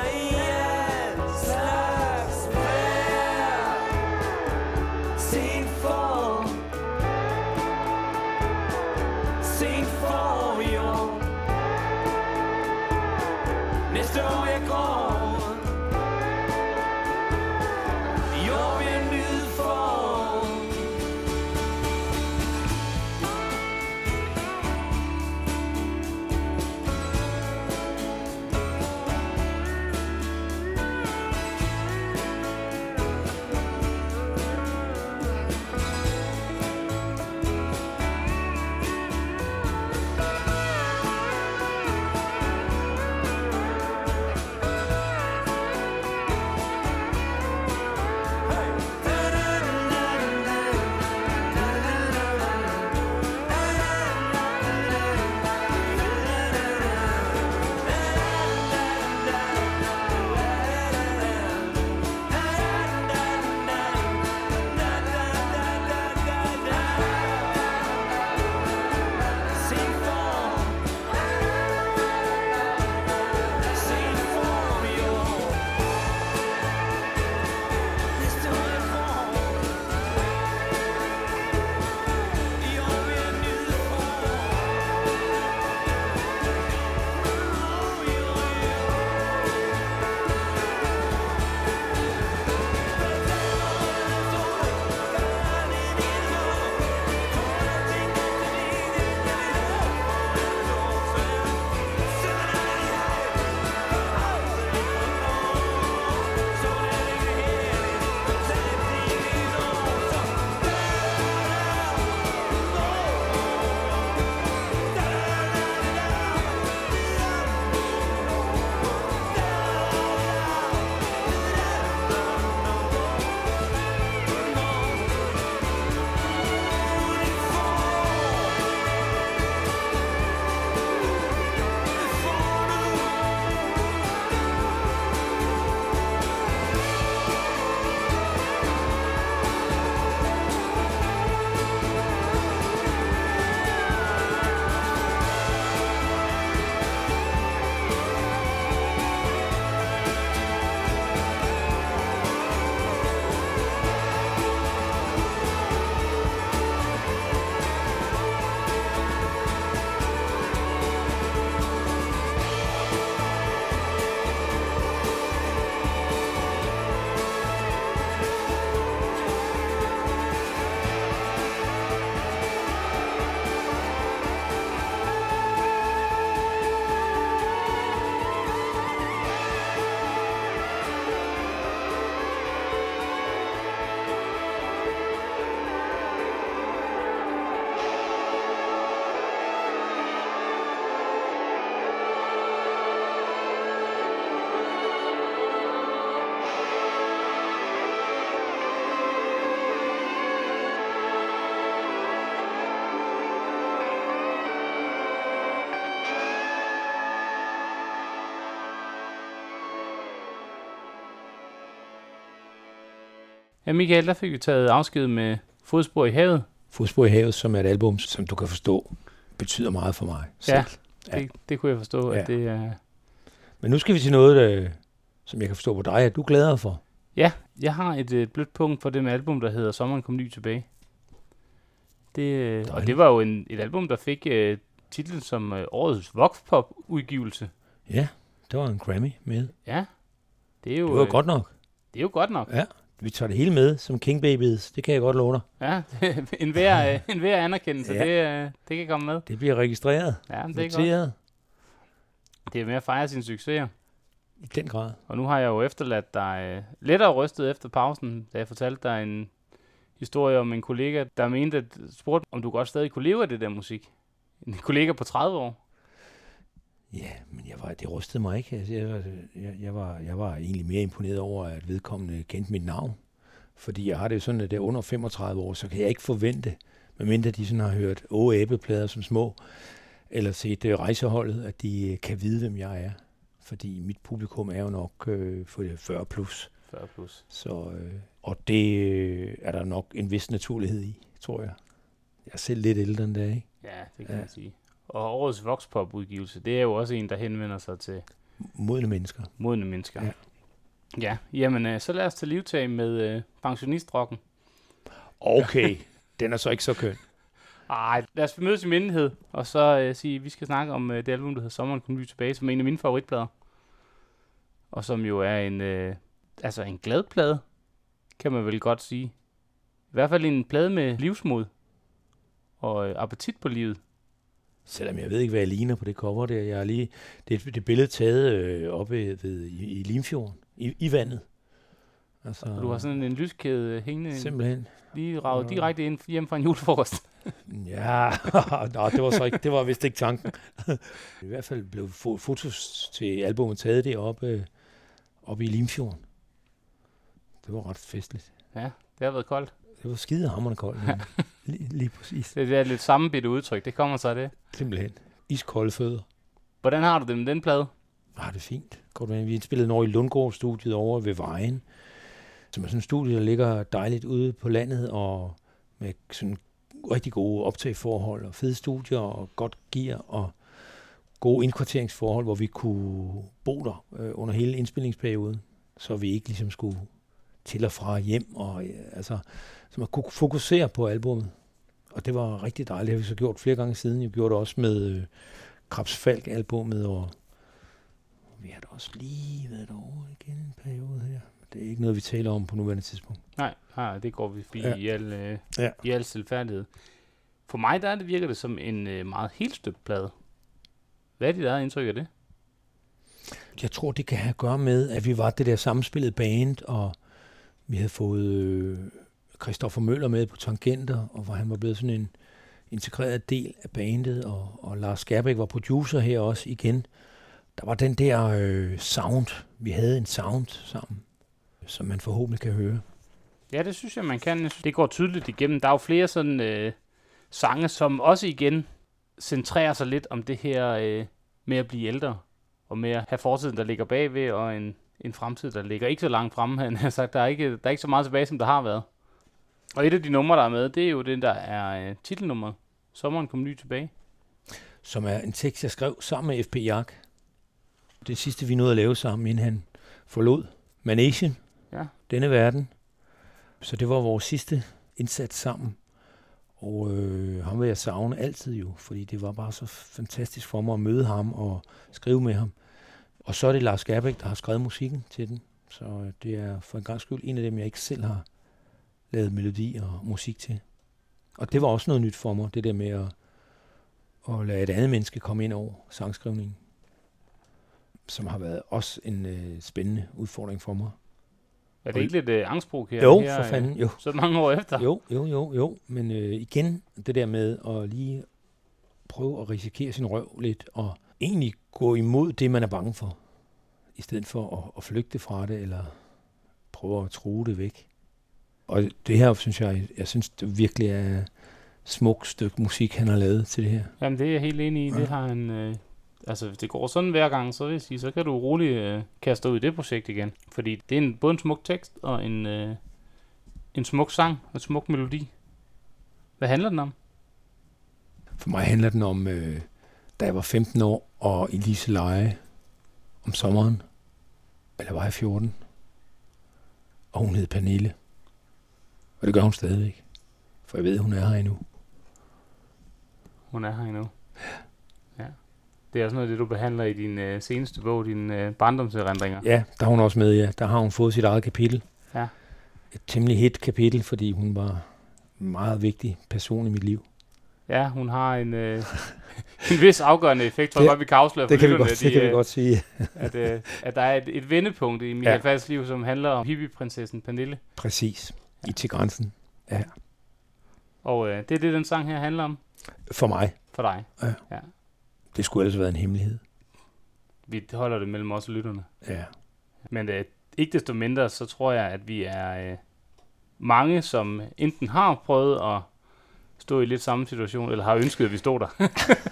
Ja, Michael, der fik vi taget afsked med Fodspor i havet. Fodspor i havet, som er et album, som du kan forstå, betyder meget for mig selv. Ja, ja. Det, det kunne jeg forstå, ja. At det er... Men nu skal vi til noget, der, som jeg kan forstå på dig, at du er gladere for. Ja, jeg har et, et blødt punkt for det med album, der hedder Sommeren kom ny tilbage. Det, og det var jo en, et album, der fik uh, titlen som uh, årets voxpop-udgivelse. Ja, det var en Grammy med. Ja, det er jo... Det var øh, godt nok. Det er jo godt nok. Ja, vi tager det hele med som King Babies. Det kan jeg godt love dig. Ja, en hver, en hver anerkendelse, ja. det, det kan komme med. Det bliver registreret. Ja, men det er godt. Det er med at fejre sine succeser. I den grad. Og nu har jeg jo efterladt dig uh, lettere rystet efter pausen, da jeg fortalte dig en historie om en kollega, der mente, at spurgte, om du godt stadig kunne leve af det der musik. En kollega på tredive år. Ja, men jeg var, det rystede mig ikke. Altså, jeg, jeg, jeg, var, jeg var egentlig mere imponeret over, at vedkommende kendte mit navn. Fordi jeg har det jo sådan, at det er under femogtredive år, så kan jeg ikke forvente, medmindre de sådan har hørt Åge æbleplader som små, eller set uh, rejseholdet, at de uh, kan vide, hvem jeg er. Fordi mit publikum er jo nok øh, for det fyrre plus. fyrre plus. Så, øh, og det øh, er der nok en vis naturlighed i, tror jeg. Jeg er selv lidt ældre end det, ikke? Ja, det kan ja. man sige. Og årets voxpop-udgivelse, det er jo også en, der henvender sig til... Modne mennesker. Modne mennesker. Ja. Ja, jamen øh, så lad os tage livtag med øh, pensionistrocken. Okay, den er så ikke så køn. Ej, lad os mødes i mindelighed, og så øh, sige, at vi skal snakke om øh, det album, der hedder Sommeren kom ny tilbage, som er en af mine favoritplader. Og som jo er en, øh, altså en glad plade, kan man vel godt sige. I hvert fald en plade med livsmod og øh, appetit på livet. Selvom jeg ved ikke, hvad jeg ligner på det cover der. Jeg er lige, det er det billede taget øh, oppe ved, ved, i, i Limfjorden, i, i vandet. Altså, og du har sådan en lyskæde hængende. Simpelthen. Lige raget direkte ind hjem fra en julefrokost. Ja, nå, det var så ikke, det var vist ikke tanken. I hvert fald blev fotos til albumet taget deroppe oppe i Limfjorden. Det var ret festligt. Ja, det har været koldt. Det var skidehammerende koldt. lige, lige præcis. Det er lidt sammenbitte udtryk, det kommer så af det. Simpelthen. Iskolde fødder. Hvordan har du det med den plade? Ah, det er fint. Godt, vi indspillede noget i Lundgård-studiet over ved Vejen. Som er sådan en studie, der ligger dejligt ude på landet, og med sådan rigtig gode optageforhold, og fede studier, og godt gear, og gode indkvarteringsforhold, hvor vi kunne bo der øh, under hele indspillingsperioden, så vi ikke ligesom skulle til og fra hjem, og øh, altså, så man kunne fokusere på albummet. Og det var rigtig dejligt. Det har vi så gjort flere gange siden. Jeg gjorde det også med øh, Krabs Falk-albummet, og, og vi har da også lige været over igen en periode her. Det er ikke noget, vi taler om på nuværende tidspunkt. Nej, nej det går vi forbi ja. i, al, øh, ja. i al stilfærdighed. For mig der det virker det som en øh, meget helstøbt plade. Hvad er dit eget indtryk af det? Jeg tror, det kan have at gøre med, at vi var det der sammenspillede band, og vi havde fået øh, Christoffer Møller med på tangenter, og hvor han var blevet sådan en integreret del af bandet, og, og Lars Skærbæk var producer her også igen. Der var den der øh, sound. Vi havde en sound sammen, som man forhåbentlig kan høre. Ja, det synes jeg, man kan. Det går tydeligt igennem. Der er jo flere sådan øh, sange, som også igen centrerer sig lidt om det her øh, med at blive ældre, og med at have fortiden, der ligger bagved, og en, en fremtid, der ligger ikke så langt fremme. Han har sagt, der er, ikke, der er ikke så meget tilbage, som der har været. Og et af de numre, der er med, det er jo den, der er øh, titelnummeret. Sommeren kom ny tilbage. Som er en tekst, jeg skrev sammen med F P Jak. Det sidste, vi nåede at lave sammen, inden han forlod Managen, ja. denne verden. Så det var vores sidste indsats sammen. Og øh, ham vil jeg savne altid jo, fordi det var bare så fantastisk for mig at møde ham og skrive med ham. Og så er det Lars Skærbæk, der har skrevet musikken til den. Så øh, det er for en gang skyld en af dem, jeg ikke selv har lavet melodi og musik til. Og det var også noget nyt for mig, det der med at, at lade et andet menneske komme ind over sangskrivningen, som har været også en øh, spændende udfordring for mig. Er det ikke lidt øh, angstprovokerende jo, her, for fanden, jo. så mange år efter? Jo, jo, jo, jo. Men øh, igen, det der med at lige prøve at risikere sin røv lidt, og egentlig gå imod det, man er bange for, i stedet for at, at flygte fra det, eller prøve at true det væk. Og det her, synes jeg, jeg synes det virkelig er et smukt stykke musik, han har lavet til det her. Jamen, det er jeg helt enig i. Ja. Det har han... Øh Altså, hvis det går sådan hver gang, så vil jeg sige, så kan du roligt øh, kaste ud i det projekt igen. Fordi det er en, både en smuk tekst og en, øh, en smuk sang og en smuk melodi. Hvad handler den om? For mig handler den om, øh, da jeg var femten år, og i Liseleje om sommeren. Eller var jeg fjorten? Og hun hed Pernille. Og det gør hun stadigvæk. For jeg ved, hun er her endnu. Hun er her endnu. Ja. Det er også noget af det, du behandler i din øh, seneste bog, dine øh, barndomserindringer. Ja, der er hun også med, ja. Der har hun fået sit eget kapitel. Ja. Et temmelig hit kapitel, fordi hun var en meget vigtig person i mit liv. Ja, hun har en, øh, en vis afgørende effekt, for det, hvad vi kan afsløre for det kan vi lytterne, godt, det kan vi godt sige. at, øh, at der er et, et vendepunkt i Michael Ja. Falks liv, som handler om hippieprinsessen Pernille. Præcis. I til grænsen. Ja. Og øh, det er det, den sang her handler om For mig. for dig. Ja. Ja. Det skulle ellers have været en hemmelighed. Vi holder det mellem os og lytterne. Ja. Men øh, ikke desto mindre, så tror jeg, at vi er øh, mange, som enten har prøvet at stå i lidt samme situation, eller har ønsket, at vi stod der.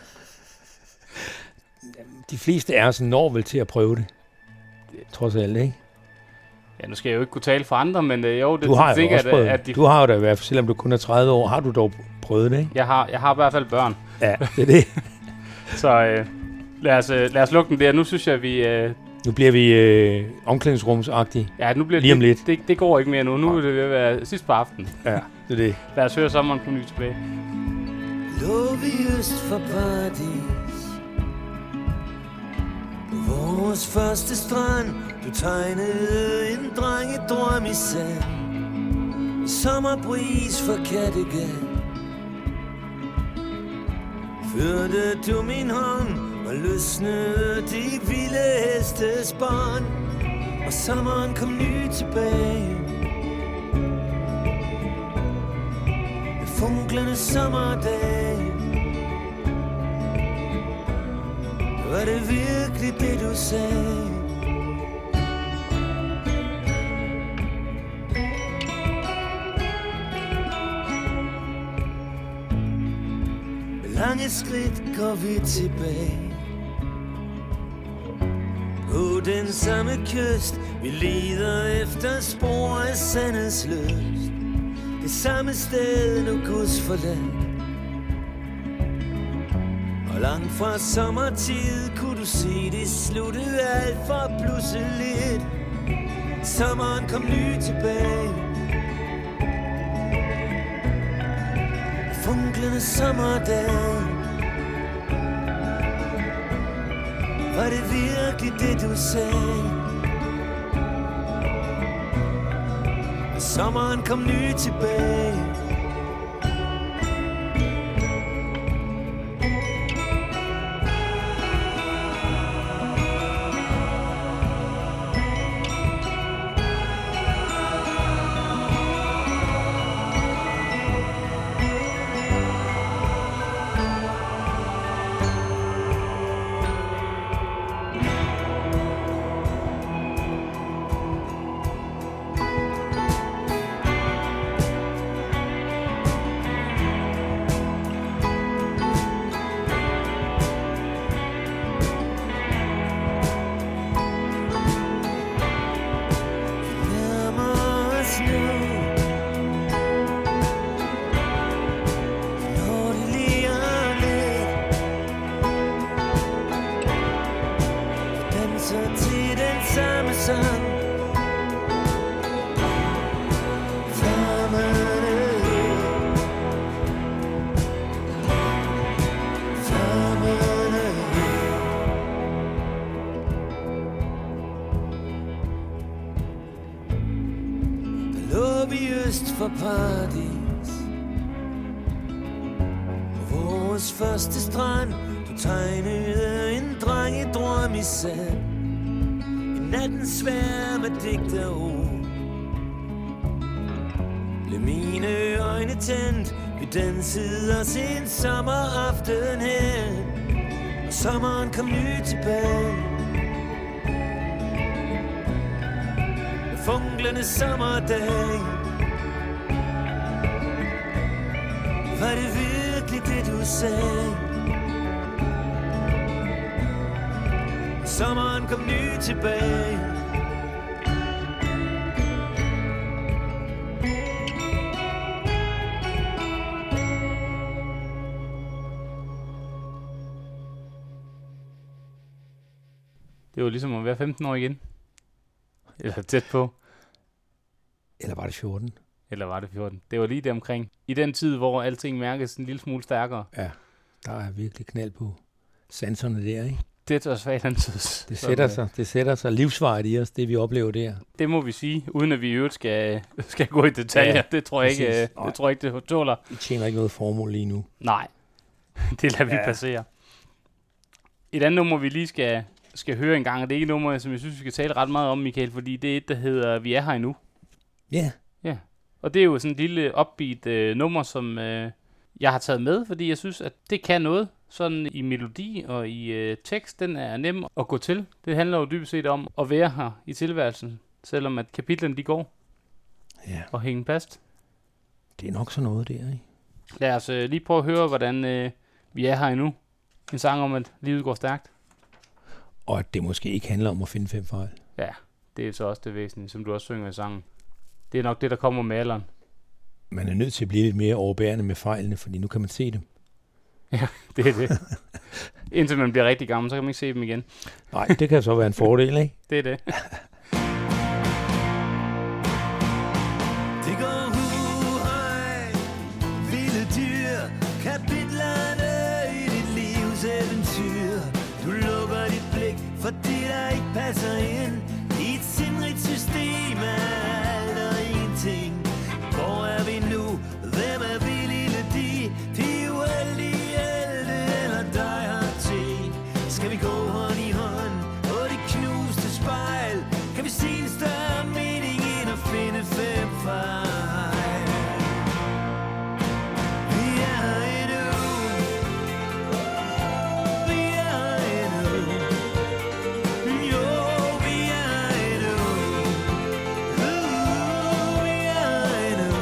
De fleste af os når vel til at prøve det. Trods alt, ikke? Ja, nu skal jeg jo ikke kunne tale for andre, men øh, jo, det Du har jo tænker også jeg, prøvet at, det. at de, Du har jo da i hvert fald, selvom du kun er tredive år, har du dog prøvet det, ikke? jeg, har, jeg har i hvert fald børn. Ja, det er det. Så øh, lad, os, øh, lad os lukke den der. Nu synes jeg, at vi... Øh, Nu bliver vi øh, omklædningsrumsagtige. ja, nu bliver Lige om det, lidt. Det, det går ikke mere nu. Nu er det ved at være sidst på aftenen. Ja, det er det. Lad os høre sommeren på ny tilbage. Lå vi øst for paradis, på vores første strand. Du tegnede en drengedrøm i sand, i sommerbris for Kattegat. Førte du min hånd og løsnede de vilde hestes bånd, og sommeren kom ny tilbage. Med funklende sommerdage, var det virkelig det du sagde? Med lange skridt går vi tilbage, på den samme kyst. Vi leder efter spor af sandets lyst, det samme sted nu Guds forladt. Og langt fra sommertid kunne du se det sluttede alt for pludseligt. Sommeren kom ny tilbage, funklende sommerdage. Var det virkelig det du sagde? Sommeren kom ny tilbage. For paradis, på vores første strand. Du tegnede en drengedrøm i sand, i natten svær med digt og ord. Blev mine øjne tændt, vi dansede os en sommeraften hen, og sommeren kom ny tilbage. Med funklende sommerdage, var det virkelig det du sagde? Sommeren kom ny tilbage. Det var ligesom at være femten år igen. Eller tæt på. Eller var det fjorten? Eller var det fjorten? Det var lige der omkring. I den tid, hvor alting mærkes en lille smule stærkere. Ja, der er virkelig knald på sanserne der, ikke? Det er svalanses. Det sætter sig, det sætter sig livsvarigt i os, det vi oplever der. Det må vi sige, uden at vi i øvrigt skal, skal gå i detaljer. Ja, det tror jeg ikke, det tror jeg ikke, det tåler. Vi tjener ikke noget formål lige nu. Nej, det lader vi ja. passere. Et andet nummer, vi lige skal, skal høre en gang, og det er ikke et nummer, som jeg synes, vi skal tale ret meget om, Michael, fordi det er et, der hedder Vi er her endnu. Ja. Yeah. Ja, og det er jo sådan et lille upbeat øh, nummer, som øh, jeg har taget med, fordi jeg synes, at det kan noget. Sådan i melodi og i øh, tekst, den er nem at gå til. Det handler jo dybest set om at være her i tilværelsen, selvom at kapitlerne de går. Ja. Og hænge fast. Det er nok sådan noget der, ikke? Lad os øh, lige prøve at høre, hvordan øh, vi er her endnu. En sang om, at livet går stærkt. Og at det måske ikke handler om at finde fem fejl. Ja, det er så også det væsentlige, som du også synger i sangen. Det er nok det, der kommer med alderen. Man er nødt til at blive lidt mere overbærende med fejlene, fordi nu kan man se dem. Ja, det er det. Indtil man bliver rigtig gammel, så kan man ikke se dem igen. Nej, det kan så være en fordel, ikke? Det er det. Det går hu-hej, vilde dyr, kapitlerne i dit livs eventyr. Du lukker dit blik, fordi der ikke passer ind i et sindrigt system af alt og ingenting. Hvor er vi nu? Hvem er vi, lille de? De uheldige helte eller dig har til. Skal vi gå hånd i hånd på det knuste spejl? Kan vi se en større mening end at finde fem fejl? Vi er her endnu. Vi er her endnu. Jo, vi er her endnu. Uh, vi er her endnu.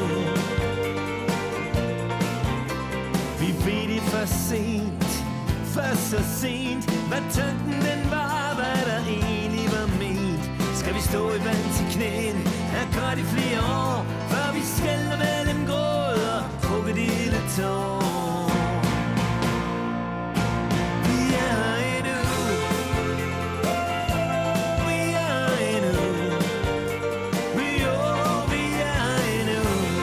Vi ved det for sent, først så sent. Hvad tanken den var, hvad der egentlig var ment. Skal vi stå i vand til knæen, er godt i flere år, før vi skælder mellem gråd og krokodilletår. Vi er her endnu. Vi er her endnu. Jo, vi er her endnu.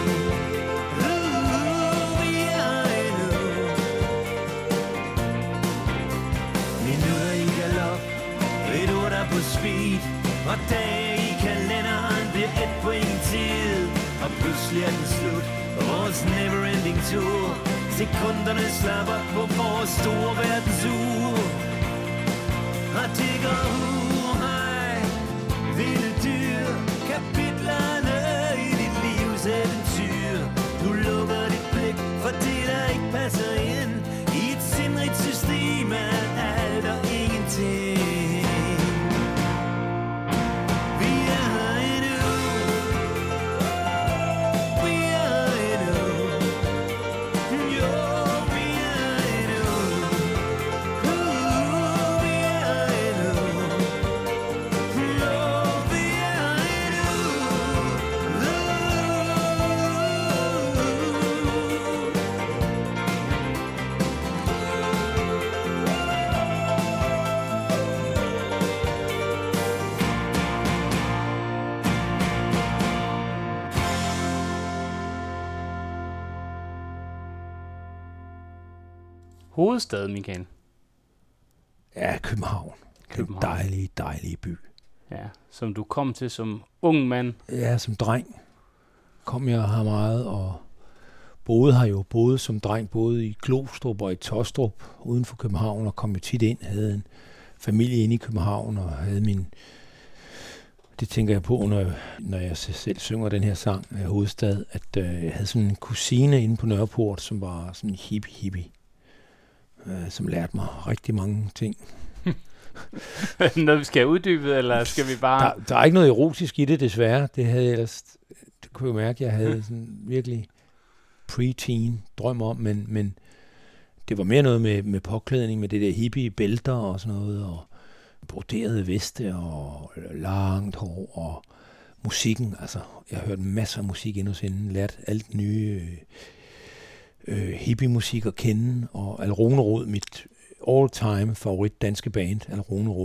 Uh, vi er her endnu. Minutter i galop, et ord der på speed, og dage i kalenderen bliver et point i tid. Og pludselig er den slut, vores never-ending tour. Sekunderne slapper på vores store verdensur. Og det går hu-hej, vilde dyr, kapitlerne i dit livs eventyr. Du lukker dit blik, for det der ikke passer ind i et sindrigt system af alt og ingenting. Vi er her endnu. Vi er her endnu. Jo, vi er her endnu. Uh, vi er her endnu. Jo, vi er her endnu. Hovedstad, Michael. Ja, København. København. En dejlig, dejlig by. Ja, som du kom til som ung mand. Ja, som dreng kom jeg her meget, og boede her jo, boede som dreng, både i Glostrup og i Tostrup, uden for København, og kom jo tit ind, havde en familie inde i København, og havde min, det tænker jeg på, når, når jeg selv synger den her sang af Hovedstad, at øh, jeg havde sådan en kusine inde på Nørreport, som var sådan en hippie-hippie, øh, som lærte mig rigtig mange ting. Noget vi skal have uddybet, eller skal vi bare... Der, der er ikke noget erotisk i det, desværre. Det havde jeg ellers, det kunne jeg mærke, jeg havde sådan virkelig pre-teen drøm om, men, men det var mere noget med, med påklædning, med det der hippie bælter og sådan noget, og broderede veste og langt hår og musikken. Altså, jeg har hørt masser af musik endnu siden, lært alt nye øh, hippie-musik at kende, og Alrune Rod, mit all-time favorit danske band, Alrune Rod,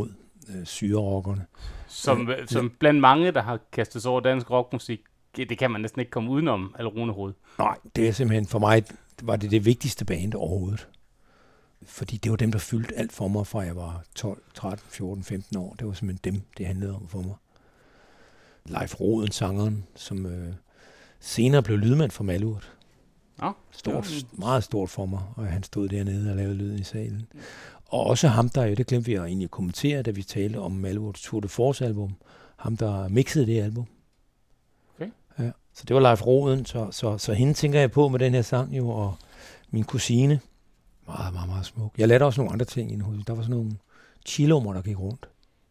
øh, syrerockerne. Som, Ja. som blandt mange, der har kastet sig over dansk rockmusik, det kan man næsten ikke komme udenom, eller Runehoved. Nej, det er simpelthen, for mig var det det vigtigste band overhovedet. Fordi det var dem, der fyldte alt for mig, fra jeg var tolv, tretten, fjorten, femten år. Det var simpelthen dem, det handlede om for mig. Leif Roden, sangeren, som øh, senere blev lydmand for Malurt. Ja, Stort, det meget stort for mig, og han stod dernede og lavede lyden i salen. Og også ham, der jo, det glemte vi at egentlig kommentere, da vi talte om Malurts Tour de Force album. Ham, der mixede det album. Okay. Ja, så det var Leif Roden, så, så, så hende tænker jeg på med den her sang jo, og min kusine. Meget, meget, meget smuk. Jeg lærte også nogle andre ting inde hos. Der var sådan nogle chilommer, der gik rundt.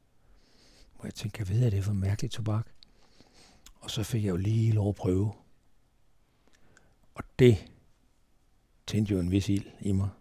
Og jeg tænkte, jeg ved, at det er for mærkeligt tobak. Og så fik jeg jo lige lov at prøve. Og det tændte jo en vis ild i mig.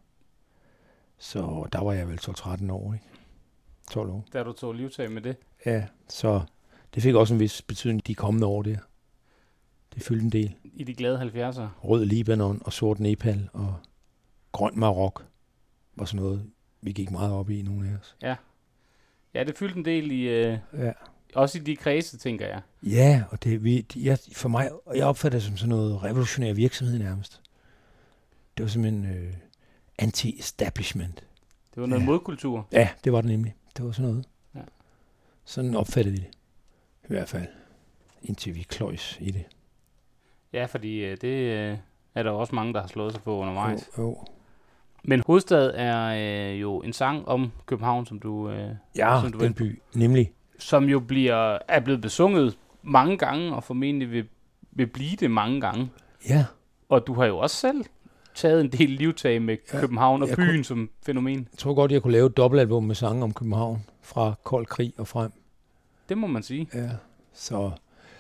Så der var jeg vel tolv tretten år, ikke? tolv år. Da du tog livtag med det. Ja, så det fik også en vis betydning de kommende år der. Det fyldte en del. I de glade halvfjerdser. Rød Libanon og sort Nepal og grøn Marok var sådan noget, vi gik meget op i, nogle af os. Ja. Ja, det fyldte en del i... Øh, Ja. også i de kredse, tænker jeg. Ja, og det vi, de, jeg, for mig, jeg opfatter det som sådan noget revolutionær virksomhed nærmest. Det var simpelthen øh, anti-establishment. Det var noget Ja. modkultur. Ja, det var det nemlig. Det var sådan noget. Ja. Sådan opfattede vi det. I hvert fald. Indtil vi kløjs i det. Ja, fordi øh, det øh, er der også mange, der har slået sig på undervejs. Jo, jo. Men Hovedstad er øh, jo en sang om København, som du... Øh, Ja, som du den ved. by. Nemlig. som jo bliver, er blevet besunget mange gange, og formentlig vil, vil blive det mange gange. Ja. Og du har jo også selv taget en del livtag med Ja, København og jeg byen kunne- som fænomen. Jeg tror godt, jeg kunne lave et dobbeltalbum med sange om København. Fra kold krig og frem. Det må man sige. Ja, så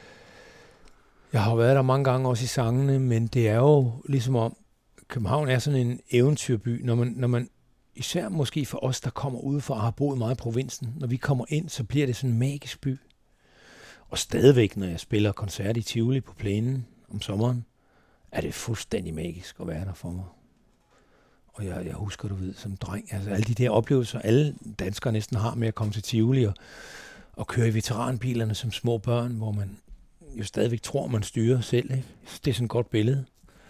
jeg har jo været der mange gange også i sangene, men det er jo ligesom om, København er sådan en eventyrby, når man, når man især måske for os, der kommer udefra og har boet meget i provinsen, når vi kommer ind, så bliver det sådan en magisk by. Og stadigvæk, når jeg spiller koncert i Tivoli på plænen om sommeren, er det fuldstændig magisk at være der for mig. Og jeg, jeg husker, du ved, som dreng, altså alle de der oplevelser, alle danskere næsten har med at komme til Tivoli og og køre i veteranbilerne som små børn, hvor man jo stadigvæk tror, man styrer selv. Ikke? Det er sådan et godt billede.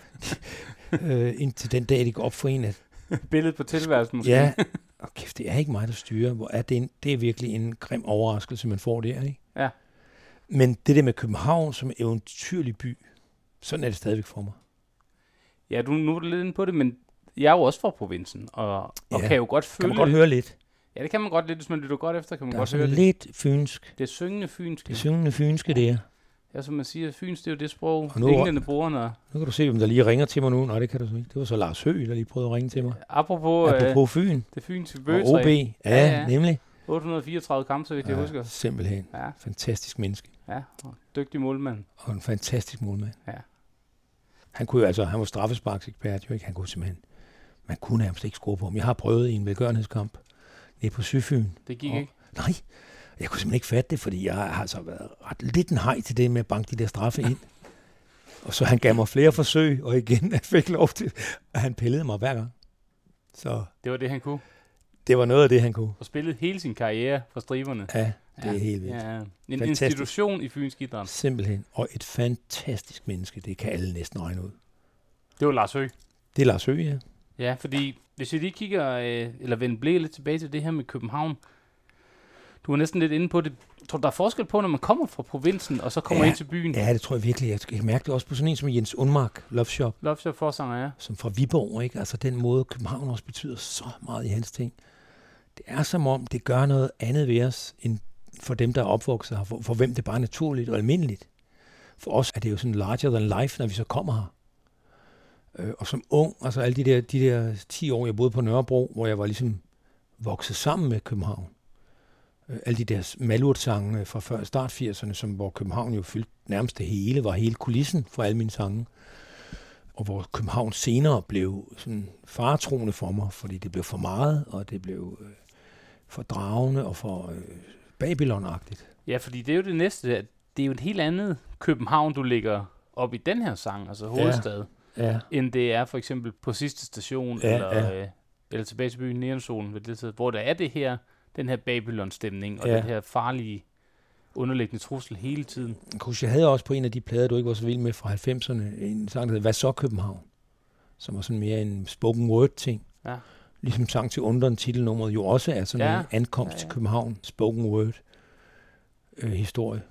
øh, indtil den dag, det går op for en, at Billedet på tilværelsen måske. ja, og kæft, det er ikke mig, der styrer. Hvor er det, en, det er virkelig en grim overraskelse, man får der. Ikke? Ja. Men det der med København som eventyrlig by, sådan er det stadigvæk for mig. Ja, du, nu er du lidt inde på det, men jeg er jo også fra provinsen, og, og Ja. kan jo godt Kan føle... man godt høre lidt. Ja, det kan man godt lidt, hvis man lytter godt efter, kan man Der er godt høre sådan det. lidt fynsk. Det er syngende fynsk. Det syngende fynske der. Ja, som man siger, fyns, det er jo det sprog, Og nu- englene bruger, når... Nu kan du se, om der lige ringer til mig nu. Nej, det kan du så ikke. Det var så Lars Høgh, der lige prøvede at ringe til mig. Apropos, øh, Apropos Fyn. det fynske Og bøgetræ. O B. Ja, Ja, ja. nemlig. otte hundrede og fireogtredive kampe, så vidt jeg husker. Simpelthen. Ja, Fantastisk menneske. ja. Og dygtig målmand. Og en fantastisk målmand. Ja. Han kunne jo altså, han var straffesparksekspert jo ikke. Han kunne simpelthen, man kunne nærmest ikke score på ham. Jeg har prøvet i en velgørenhedskamp nede på Sydfyn. Det gik Og- ikke. Nej, jeg kunne simpelthen ikke fatte det, fordi jeg har altså været ret lidt en hej til det med at banke de der straffe ind. Og så han gav mig flere forsøg, og igen, jeg fik lov til, at han pillede mig hver gang. Så Det var det, han kunne. det var noget af det, han kunne. Og spillede hele sin karriere fra striberne. Ja, det er helt vildt. Ja, en Fantastisk. institution i fynsk idræt. Simpelthen. Og et fantastisk menneske, det kan alle næsten regne ud. Det var Lars Høgh. Det er Lars Høgh, ja. Ja, fordi hvis vi lige kigger, øh, eller vender blikket lidt tilbage til det her med København. Du var næsten lidt inde på det. Tror du, der er forskel på, når man kommer fra provinsen, og så kommer Ja. ind til byen? Ja, det tror jeg virkelig. Jeg kan mærke det også på sådan en som Jens Undmark, Love Shop, Lofshop forsanger, ja. som fra Viborg, ikke? Altså den måde, København også betyder så meget i hans ting. Det er som om, det gør noget andet ved os, end for dem, der er opvokset her, for, for hvem det bare er naturligt og almindeligt. For os er det jo sådan larger than life, når vi så kommer her. Øh, og som ung, altså alle de der, de der ti år, jeg boede på Nørrebro, hvor jeg var ligesom vokset sammen med København. Øh, alle de der Malurt-sange fra før start firserne, som, hvor København jo fyldte nærmest det hele, var hele kulissen for alle mine sange. Og hvor København senere blev sådan faretroende for mig, fordi det blev for meget, og det blev øh, for dragende og for øh, Babylon-agtigt. Ja, fordi det er jo det næste. at Det er jo et helt andet København, du ligger op i den her sang, altså hovedstad, Ja. end det er for eksempel på sidste station, Ja, eller, ja. øh, eller tilbage til byen Neonsolen, ved det tid, hvor der er det her den her Babylon-stemning, og Ja. den her farlige, underliggende trussel hele tiden. Kus, jeg havde også på en af de plader, du ikke var så vild med fra halvfemserne, en sang, der hedder Hvad så København? Som var sådan mere en spoken word ting. Ja. Ligesom sang til undren titelnummeret jo også er sådan Ja. en ankomst Ja, ja. til København, spoken word øh, historie.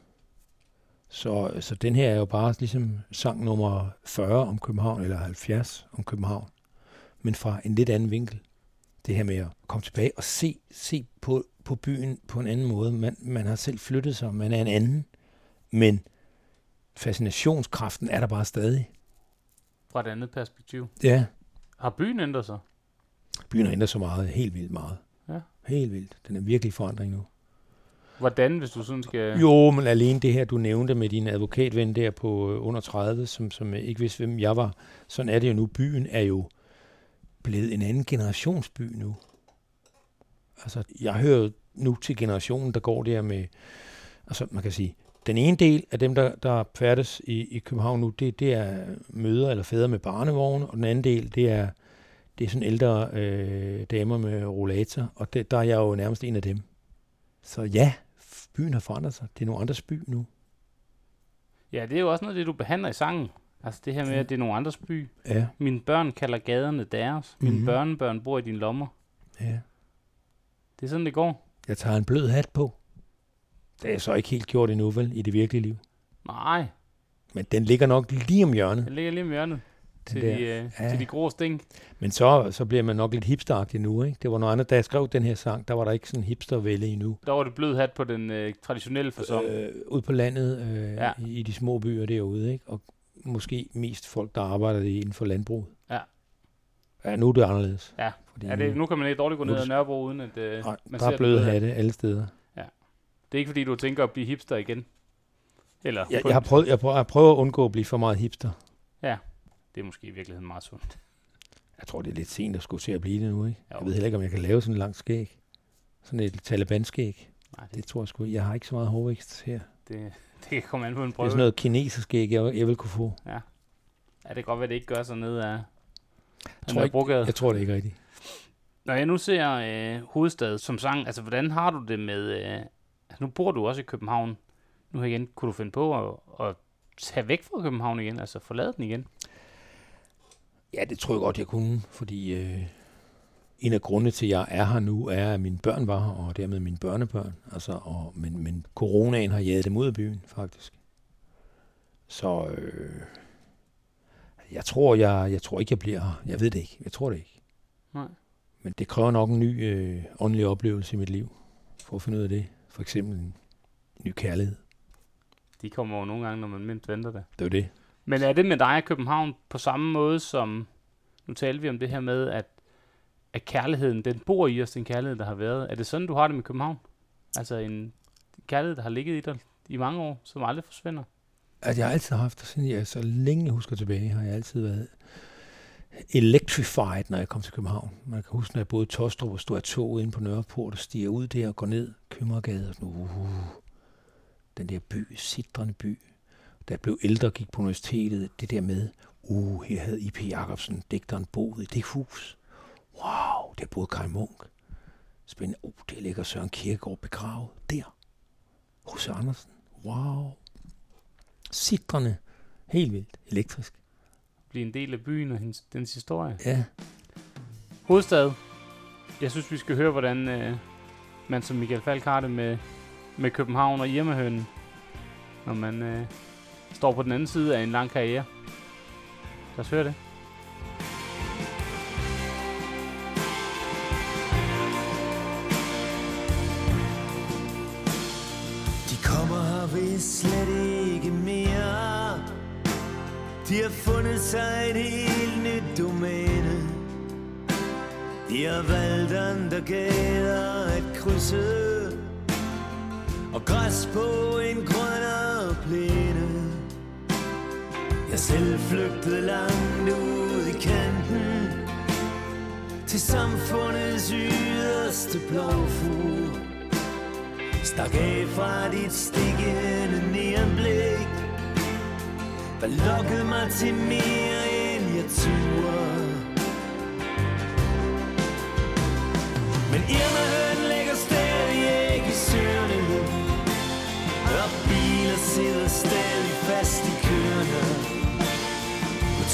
Så, så den her er jo bare ligesom sang nummer fyrre om København, eller halvfjerds om København, men fra en lidt anden vinkel. Det her med at komme tilbage og se, se på, på byen på en anden måde. Man, man har selv flyttet sig, man er en anden, men fascinationskraften er der bare stadig. Fra et andet perspektiv. Ja, Har byen ændret sig? byen har ændret så meget, helt vildt meget. Ja. Helt vildt. Den er virkelig i forandring nu. Hvordan, hvis du sådan skal... Jo, men alene det her, du nævnte med din advokatven der på øh, under tredive, som, som ikke vidste, hvem jeg var. Sådan er det jo nu. Byen er jo blevet en anden generationsby nu. Altså, jeg hører nu til generationen, der går der med... Altså, man kan sige, den ene del af dem, der, der færdes i, i København nu, det, det er mødre eller fædre med barnevogne, og den anden del, det er, det er sådan ældre øh, damer med rollator, og det, der er jeg jo nærmest en af dem. Så ja, byen har forandret sig. Det er nogle andres by nu. Ja, det er jo også noget af det, du behandler i sangen. Altså det her med, at det er nogle andres by. Ja, Mine børn kalder gaderne deres. Mine Mhm. børnebørn bor i dine lommer. ja. Det er sådan, det går. Jeg tager en blød hat på. Det er så ikke helt gjort endnu, vel, i det virkelige liv. Nej, Men den ligger nok lige om hjørnet. den ligger lige om hjørnet til, der. de, øh, Ja. til de grå stink. Men så, så bliver man nok lidt hipsteragtig nu, ikke? Det var noget andet. Da jeg skrev den her sang, der var der ikke sådan hipstervælde endnu. Der var det blød hat på den øh, traditionelle fasong. Øh, ude på landet, øh, Ja. ja. i, i de små byer derude, ikke? Og måske mest folk, der arbejder inden for landbruget. Ja. Ja, nu er det anderledes. Ja. Fordi Ja, det, nu kan man ikke dårligt gå nu er ned det- ad Nørrebro, uden at øh, nej, man der ser er bløde den bløde hat. hatte alle steder. Det er ikke fordi, du tænker at blive hipster igen? Eller Jeg, på jeg, har en- prøvet, jeg, prøver, jeg prøver at undgå at blive for meget hipster. Det er måske i virkeligheden meget sundt. Jeg tror, det er lidt sent at skulle til at blive det nu, ikke? Jo. Jeg ved heller ikke, om jeg kan lave sådan en lang skæg. Sådan et Taliban-skæg. Nej, det, Det tror jeg sgu. Jeg har ikke så meget hårvækst her. det, det kan komme an på en Det er prøve. sådan noget kinesisk skæg, jeg, jeg vil kunne få. Ja, det kan godt være, det ikke gør sig ned af tror ikke- Brogade. Jeg tror det ikke rigtigt. Når jeg nu ser øh, Hovedstad som sang, altså hvordan har du det med... Øh, altså nu bor du også i København. Nu igen, kunne du finde på at, at tage væk fra København igen, altså forlade den igen? Ja, det tror jeg godt, jeg kunne, fordi øh, en af grundene til, at jeg er her nu, er, at mine børn var her, og dermed mine børnebørn. Altså, og, men, men coronaen har jaget dem ud af byen, faktisk. Så øh, jeg tror, jeg, jeg tror ikke, jeg bliver her. Jeg ved det ikke. Jeg tror det ikke. Nej. Men det kræver nok en ny øh, åndelig oplevelse i mit liv, for at finde ud af det. For eksempel en ny kærlighed. De kommer jo nogle gange, når man mindst venter det. Det er jo det. Men er det med dig i København på samme måde som... Nu talte vi om det her med, at, at kærligheden, den bor i os, den kærlighed, der har været. Er det sådan, du har det med København? Altså en kærlighed, der har ligget i dig i mange år, som aldrig forsvinder? At jeg har altid haft, siden jeg så længe jeg husker tilbage, har jeg altid været electrified, når jeg kom til København. Man kan huske, når jeg boede i Tostrup og stod af toget inde på Nørreport og stiger ud der og går ned Købmagergade og sådan, uh, den der by, sidrende by. Da jeg blev ældre og gik på universitetet, det der med, uh, her havde I P Jacobsen, digteren, boet i det hus. Wow, der boede Kai Munk. Spændende, uh, der ligger Søren Kierkegaard begravet der. H C Andersen, wow. Sidrende, helt vildt, elektrisk. Blive en del af byen og hendes, dens historie. Ja. Hovedstad. Jeg synes, vi skal høre, hvordan øh, man som Michael Falch har det med, med København og Irma-hønen, når man øh, står på den anden side af en lang karriere. Lad os høre det. De kommer her vist slet ikke mere. De har fundet sig et helt nyt domæne. De har valgt andre gader at krydse, og græs på en grønnere plæne. Jeg selv flygtede langt ud i kanten, til samfundets yderste plovfugl. Stak af fra dit stikkende neonblik, der lokkede mig til mere end jeg turde. Men Irma-hønen ligger stille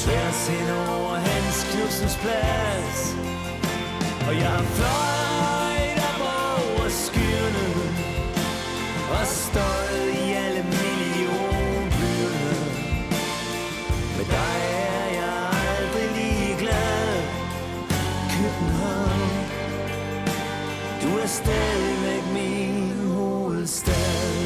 Tværs hen over Hans Knudsens plads. Og jeg har fløjet op over skyerne og støjet i alle millionbyerne. Med dig er jeg aldrig lige glad, København. Du er stadigvæk min hovedstad.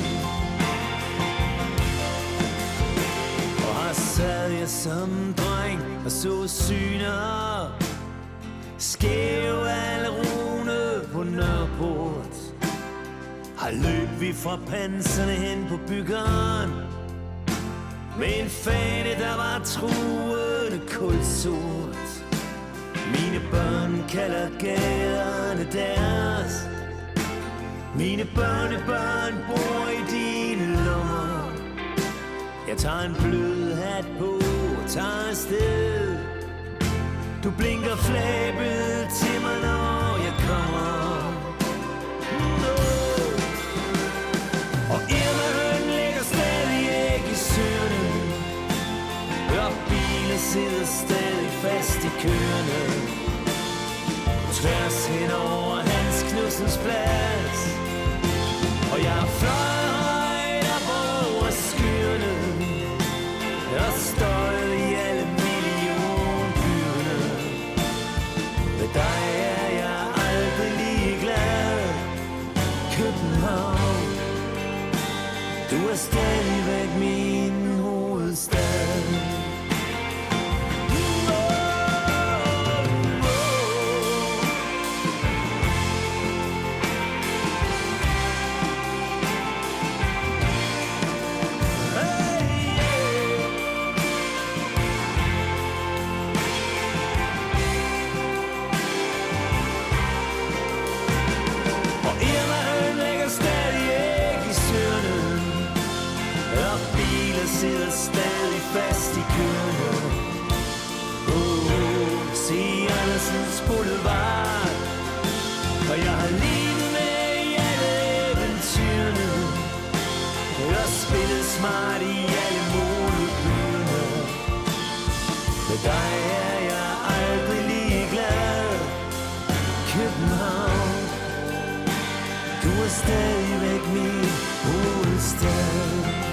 Og her sad jeg som dreng og så syner, skæv alle rune på Nørreport. Her løb vi fra panserne hen på byggeren med en fane, der var truende kulsort. Mine børn kalder gaderne deres. Mine børnebørn bor i dine lommer. Jeg tager en blød hat på og tager afsted. Du blinker flabet til mig, når jeg kommer. No. Og Irma-høn ligger stadig ikke i søerne, og biler sidder stadig fast i køerne. Tværs hen over Hans Knudsens plads. Og jeg er fløjet højt op over skyerne og støjet i alle millionbyerne. Med dig er jeg aldrig lige glad, København. Du er stadigvæk min hovedstad. Sidder stadig fast i køerne. Oh, se Andersens Boulevard. Og jeg har levet med i alle eventyrene og spillet smart i alle modebyerne. Med dig er jeg aldrig lige glad, København. Du er stadigvæk min hovedstad.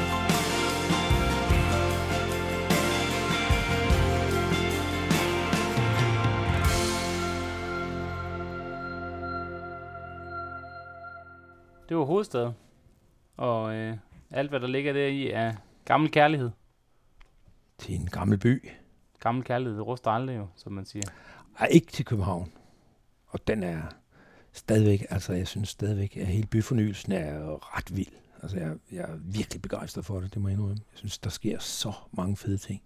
Det var Hovedstad, og øh, alt hvad der ligger der i er gammel kærlighed. Til en gammel by. Gammel kærlighed ruster aldrig jo, som man siger. Ej, ikke til København. Og den er stadigvæk, altså jeg synes stadigvæk, at hele byfornyelsen er ret vild. Altså jeg, jeg er virkelig begejstret for det, det må jeg indrømme. Jeg synes, der sker så mange fede ting.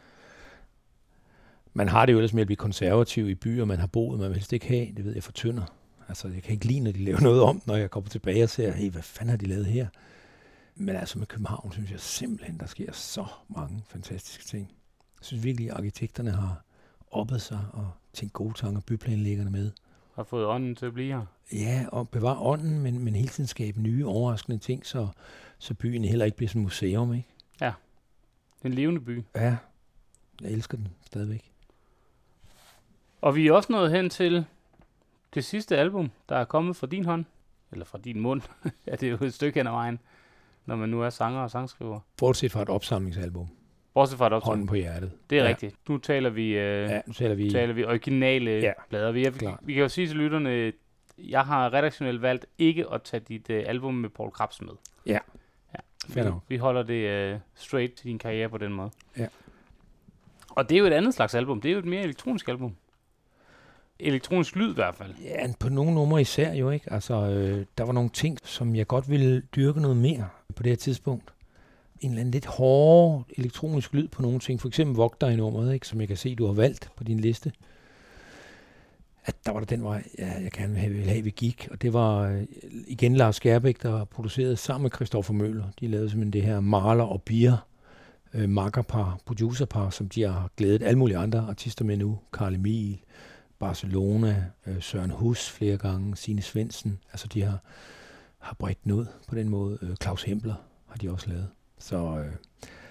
Man har det jo ellers med at blive konservativ i byer, man har boet, man vil helst ikke have, det ved jeg for Tønder. Altså, jeg kan ikke lide, når de laver noget om, når jeg kommer tilbage og ser, hey, hvad fanden har de lavet her? Men altså med København, synes jeg simpelthen, der sker så mange fantastiske ting. Jeg synes virkelig, at arkitekterne har oppet sig og tænkt gode tanker, byplanlæggerne med. Har fået ånden til at blive her. Ja, og bevare ånden, men, men hele tiden skabe nye, overraskende ting, så, så byen heller ikke bliver sådan et museum, ikke? Ja, en levende by. Ja, jeg elsker den stadigvæk. Og vi er også nået hen til det sidste album, der er kommet fra din hånd, eller fra din mund. Ja, det er jo et stykke hen ad vejen, når man nu er sanger og sangskriver. Bortset fra et opsamlingsalbum. Bortset fra et opsamling. Hånden på hjertet. Det er ja. rigtigt. Nu taler vi, øh, ja, nu taler vi, taler vi originale ja. plader. Vi, er, vi kan jo sige til lytterne, jeg har redaktionelt valgt ikke at tage dit øh, album med Poul Krebs med. Ja. ja. Vi, vi holder det øh, straight til din karriere på den måde. Ja. Og det er jo et andet slags album. Det er jo et mere elektronisk album. Elektronisk lyd i hvert fald. Ja, på nogle numre især jo, ikke? Altså, øh, der var nogle ting, som jeg godt ville dyrke noget mere på det her tidspunkt. En eller anden lidt hårde elektronisk lyd på nogle ting. For eksempel Vogt dig i nummeret, ikke? Som jeg kan se, du har valgt på din liste. At der var der den vej, ja, jeg gerne ville have, ville have, vi gik. Og det var øh, igen Lars Skærbæk, der producerede sammen med Christoffer Møller. De lavede simpelthen det her Marler og Bier øh, makkerpar, producerpar, som de har glædet alle mulige andre artister med nu. Carl Emil, Barcelona, øh, Søren Hus flere gange, Signe Svendsen. Altså de har, har bredt den ud på den måde. Øh, Claus Hempler har de også lavet. Så, øh,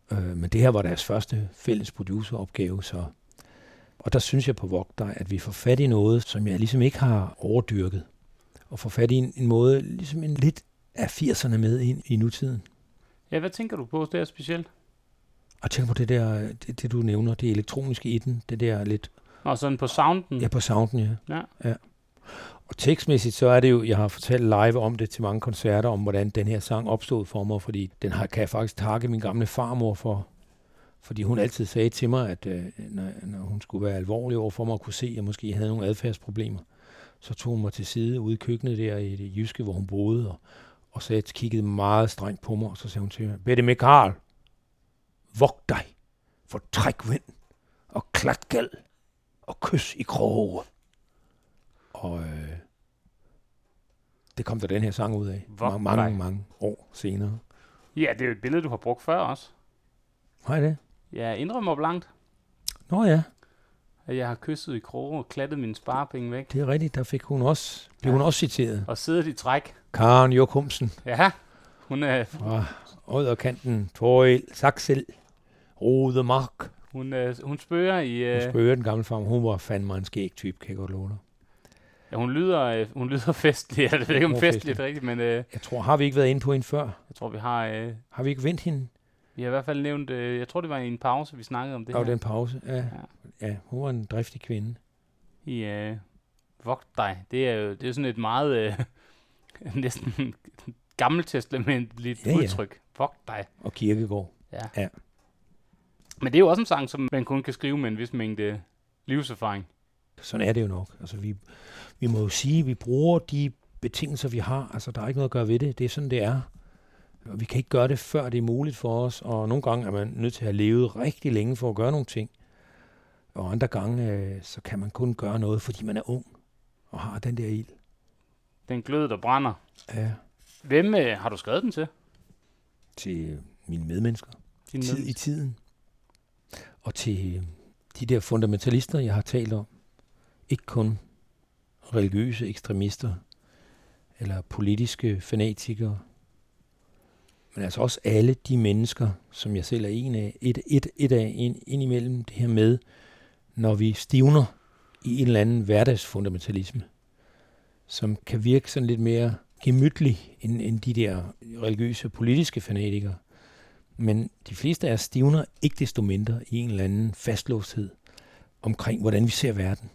Øh, men det her var deres første fælles produceropgave, så... Og der synes jeg på Vogt dig, at vi får fat i noget, som jeg ligesom ikke har overdyrket. Og får fat i en, en måde, ligesom en lidt af firserne med ind i nutiden. Ja, hvad tænker du på, det er specielt? Og tænk på det der, det, det du nævner, det elektroniske i den, det der lidt... Og sådan på sounden? Ja, på sounden, ja. Ja. ja. Og tekstmæssigt, så er det jo, jeg har fortalt live om det til mange koncerter, om hvordan den her sang opstod for mig, fordi den har, kan jeg faktisk takke min gamle farmor for, fordi hun altid sagde til mig, at øh, når, når hun skulle være alvorlig over for mig og kunne se, at jeg måske havde nogle adfærdsproblemer, så tog hun mig til side ude i køkkenet der i det jyske, hvor hun boede, og, og så kiggede meget strengt på mig, og så sagde hun til mig, Bette Michael, vogt dig for trækvind og klatgal og kys i kroge. Og øh, det kom der den her sang ud af, Vogt mange, mange, dig. mange år senere. Ja, det er jo et billede, du har brugt før også. Har I det? Jeg indrømmer blankt, Nå ja, at jeg har kysset i kroge og klattet mine sparepenge væk. det er rigtigt, der fik hun også, blev Ja. hun også citeret. Og siddet i træk. Karen Jokumsen Ja, hun er, fra Odderkanten, Toril, Saksel, Rodemark. hun, er, hun spørger i... Hun Øh, spørger den gamle far, hun var fandme en skæg type, kan jeg godt love dig. ja, hun lyder, øh, hun lyder festlig. Jeg ved ikke, om Hun er festligt festlig. er rigtigt, men øh, Jeg tror, har vi ikke været inde på hende før? jeg tror, vi har... Øh, Har vi ikke vendt hende? vi har i hvert fald nævnt... Øh, jeg tror, det var i en pause, vi snakkede om det Der var her. den pause. Ja. Ja. ja, hun var en driftig kvinde. I øh, Vogt dig. Det er jo det er sådan et meget... Øh, næsten gammeltestamentligt Ja, ja. udtryk. Vogt dig. Og Kirkegaard. Ja. Ja. Men det er jo også en sang, som man kun kan skrive med en vis mængde livserfaring. Sådan er det jo nok. Altså, vi, vi må jo sige, at vi bruger de betingelser, vi har. Altså, der er ikke noget at gøre ved det. Det er sådan, det er. Og vi kan ikke gøre det, før det er muligt for os. Og nogle gange er man nødt til at have levet rigtig længe for at gøre nogle ting. Og andre gange, øh, så kan man kun gøre noget, fordi man er ung og har den der ild. Den glød, der brænder. Ja, Hvem øh, har du skrevet den til? til mine medmennesker. Din Tid med- i tiden. Og til de der fundamentalister, jeg har talt om. Ikke kun religiøse ekstremister eller politiske fanatikere, men altså også alle de mennesker, som jeg selv er en af, et, et, et af ind, ind imellem det her med, når vi stivner i en eller anden hverdagsfundamentalisme, som kan virke sådan lidt mere gemytlig end, end de der religiøse politiske fanatikere. Men de fleste af os stivner ikke desto mindre i en eller anden fastlåsthed omkring, hvordan vi ser verden.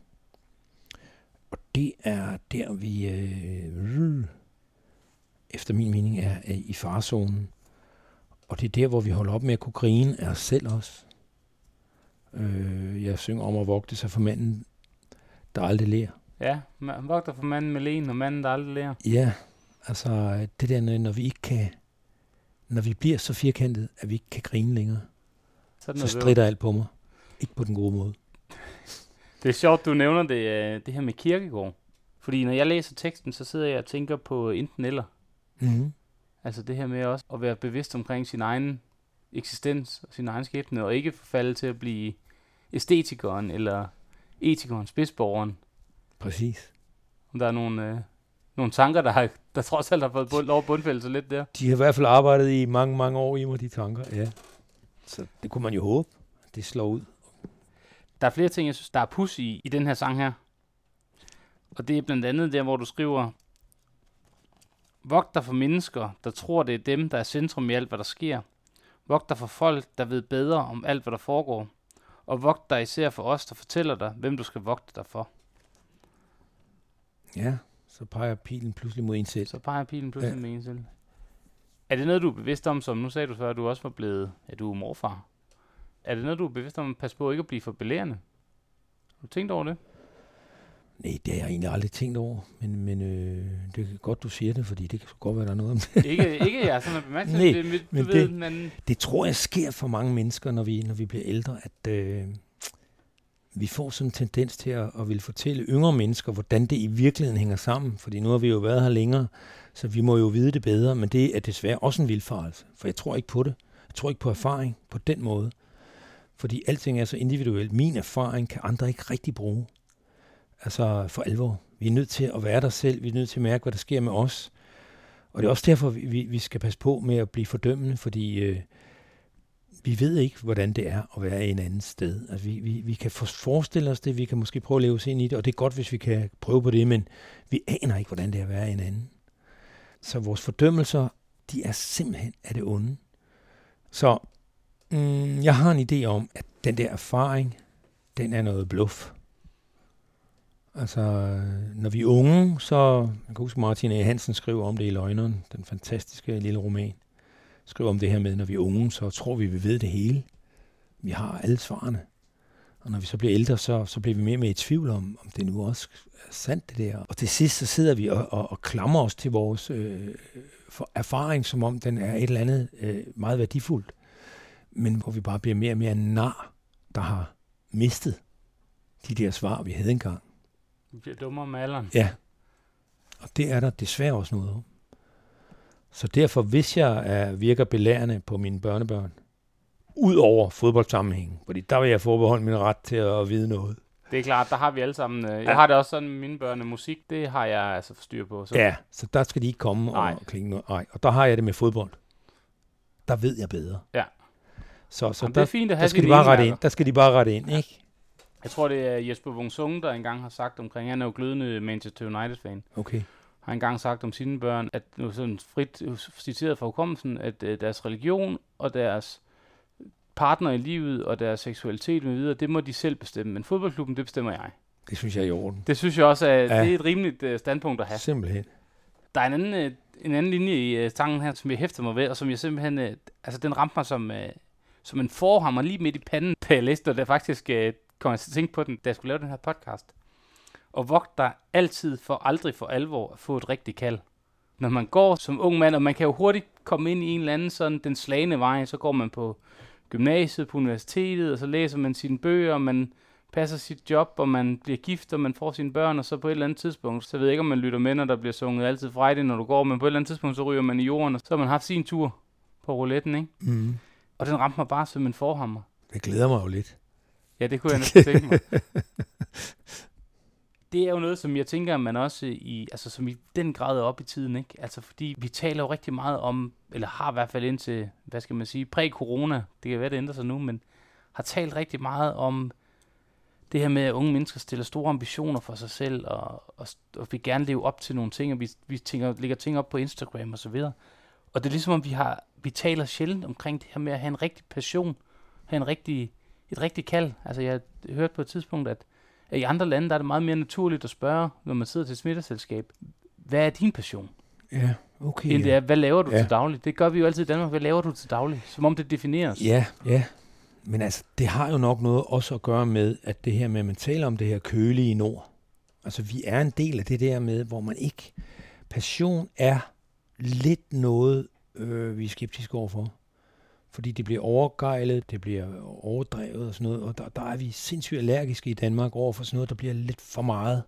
Og det er der, vi øh, efter min mening er, er i farezonen. Og det er der, hvor vi holder op med at kunne grine af os selv også. Øh, jeg synger om at vogte sig for manden, der aldrig lærer. Ja, man vogter for manden med len, og manden, der aldrig lærer. Ja, altså det der, når vi ikke kan, når vi bliver så firkantet, at vi ikke kan grine længere, Sådan så er det jo. stritter alt på mig. Ikke på den gode måde. Det er sjovt, du nævner det, øh, det her med Kirkegaard. Fordi når jeg læser teksten, så sidder jeg og tænker på enten eller. Mm-hmm. Altså det her med også at være bevidst omkring sin egen eksistens og sin egen skæbne, og ikke forfalde til at blive æstetikeren eller etikeren, spidsborgeren. Præcis. Om der er nogle, øh, nogle tanker, der, har, der trods alt har fået bund, lov at bundfælde sig lidt der. De har i hvert fald arbejdet i mange, mange år i mig, de tanker. Ja. Så det kunne man jo håbe, at det slår ud. Der er flere ting, jeg synes, der er pus i, i den her sang her. Og det er blandt andet der, hvor du skriver: vogt dig for mennesker, der tror, det er dem, der er centrum i alt, hvad der sker. Vogt dig for folk, der ved bedre om alt, hvad der foregår. Og vogt dig især for os, der fortæller dig, hvem du skal vogte dig for. Ja, så peger pilen pludselig mod en selv. Så peger pilen pludselig Ja. med en selv. Er det noget, du er bevidst om, som nu sagde du før, at du også var blevet, at du er morfar? Er det noget, du er bevidst om at passe på ikke at blive for belærende? Har du tænkt over det? Nej, det har jeg egentlig aldrig tænkt over, men, men øh, det er godt, du siger det, fordi det kan godt være, der er noget om det. ikke, ikke jeg, som er bemærket. Nej, det, det, men du ved, det- men Det tror jeg sker for mange mennesker, når vi, når vi bliver ældre, at øh, vi får sådan en tendens til at, at ville fortælle yngre mennesker, hvordan det i virkeligheden hænger sammen. Fordi nu har vi jo været her længere, så vi må jo vide det bedre, men det er desværre også en vildfarelse. For jeg tror ikke på det. Jeg tror ikke på erfaring på den måde. Fordi alting er så individuelt. Min erfaring kan andre ikke rigtig bruge. Altså for alvor. Vi er nødt til at være der selv. Vi er nødt til at mærke, hvad der sker med os. Og det er også derfor, vi, vi skal passe på med at blive fordømmende, fordi øh, vi ved ikke, hvordan det er at være i en anden sted. Altså, vi, vi, vi kan forestille os det, vi kan måske prøve at leve os ind i det, og det er godt, hvis vi kan prøve på det, men vi aner ikke, hvordan det er at være i en anden. Så vores fordømmelser, de er simpelthen af det onde. Så mm, jeg har en idé om, at den der erfaring, den er noget bluff. Altså, når vi er unge, så... Jeg kan huske, Martin A. Hansen skriver om det i Løgneren, den fantastiske lille roman. Skriver om det her med, når vi er unge, så tror vi, vi ved det hele. Vi har alle svarene. Og når vi så bliver ældre, så, så bliver vi mere og mere i tvivl om, om det nu også er sandt, det der. Og til sidst, så sidder vi og, og, og klamrer os til vores øh, erfaring, som om den er et eller andet øh, meget værdifuldt. Men hvor vi bare bliver mere og mere nar, der har mistet de der svar, vi havde engang. Vi bliver dummere med alderen. Ja, og det er der desværre også noget om. Så derfor, hvis jeg er, virker belærende på mine børnebørn, ud over fodboldsammenhængen, fordi der vil jeg forbeholde min ret til at vide noget. Det er klart, der har vi alle sammen. Jeg ja. har det også sådan med mine børn, musik, det har jeg altså forstyr på. Så. Ja, så der skal de ikke komme Nej. og klinge noget. Nej, og der har jeg det med fodbold. Der ved jeg bedre. Ja. Så, så Jamen, der, det er fint at have der skal de sine bare rette egenmærker. ind. Der skal de bare rette ind, Ja. ikke? Jeg tror, det er Jesper Wung-Sung, der engang har sagt omkring, han er jo glødende Manchester United-fan, Okay. har engang sagt om sine børn, at nu sådan frit citeret fra hukommelsen, at øh, deres religion og deres partner i livet og deres seksualitet med videre, det må de selv bestemme, men fodboldklubben, det bestemmer jeg. Det synes jeg er i orden. Det synes jeg også, at Ja. det er et rimeligt øh, standpunkt at have. Simpelthen. Der er en anden, øh, en anden linje i øh, sangen her, som jeg hæfter mig ved, og som jeg simpelthen, øh, altså den ramte mig som, øh, som en forhammer lige midt i panden, da jeg læste, og der faktisk øh, kom jeg til at tænke på den, da jeg skulle lave den her podcast. Og vogt dig altid for aldrig for alvor at få et rigtigt kald. Når man går som ung mand, og man kan jo hurtigt komme ind i en eller anden sådan den slagende vej, så går man på gymnasiet, på universitetet, og så læser man sine bøger, og man passer sit job, og man bliver gift, og man får sine børn, og så på et eller andet tidspunkt, så ved jeg ikke, om man lytter med, når der bliver sunget altid Friday, når du går, men på et eller andet tidspunkt, så ryger man i jorden, og så har man haft sin tur på rouletten, ikke? Mm. Og den ramte mig bare som en forhammer. Det glæder mig jo lidt. Ja, det kunne jeg næsten tænke mig. Det er jo noget, som jeg tænker, man også i, altså som i den grad er op i tiden, ikke? Altså fordi vi taler jo rigtig meget om, eller har i hvert fald indtil, hvad skal man sige, præ-corona, det kan være, det ændrer sig nu, men har talt rigtig meget om det her med, at unge mennesker stiller store ambitioner for sig selv, og, og, og vil gerne leve op til nogle ting, og vi, vi tænker, lægger ting op på Instagram og så videre. Og det er ligesom, om vi har, vi taler sjældent omkring det her med at have en rigtig passion, have en rigtig, et rigtig kald. Altså jeg hørte på et tidspunkt, at at i andre lande, der er det meget mere naturligt at spørge, når man sidder til et smitteselskab, hvad er din passion? Ja, okay. End det er, hvad laver du Ja. til daglig? Det gør vi jo altid i Danmark. Hvad laver du til daglig? Som om det defineres. Ja, ja. Men altså, det har jo nok noget også at gøre med, at det her med, at man taler om det her kølige nord. Altså, vi er en del af det der med, hvor man ikke... Passion er lidt noget, øh, vi er skeptiske overfor. Fordi det bliver overgejlet, det bliver overdrevet og sådan noget, og der, der er vi sindssygt allergiske i Danmark over for sådan noget, der bliver lidt for meget.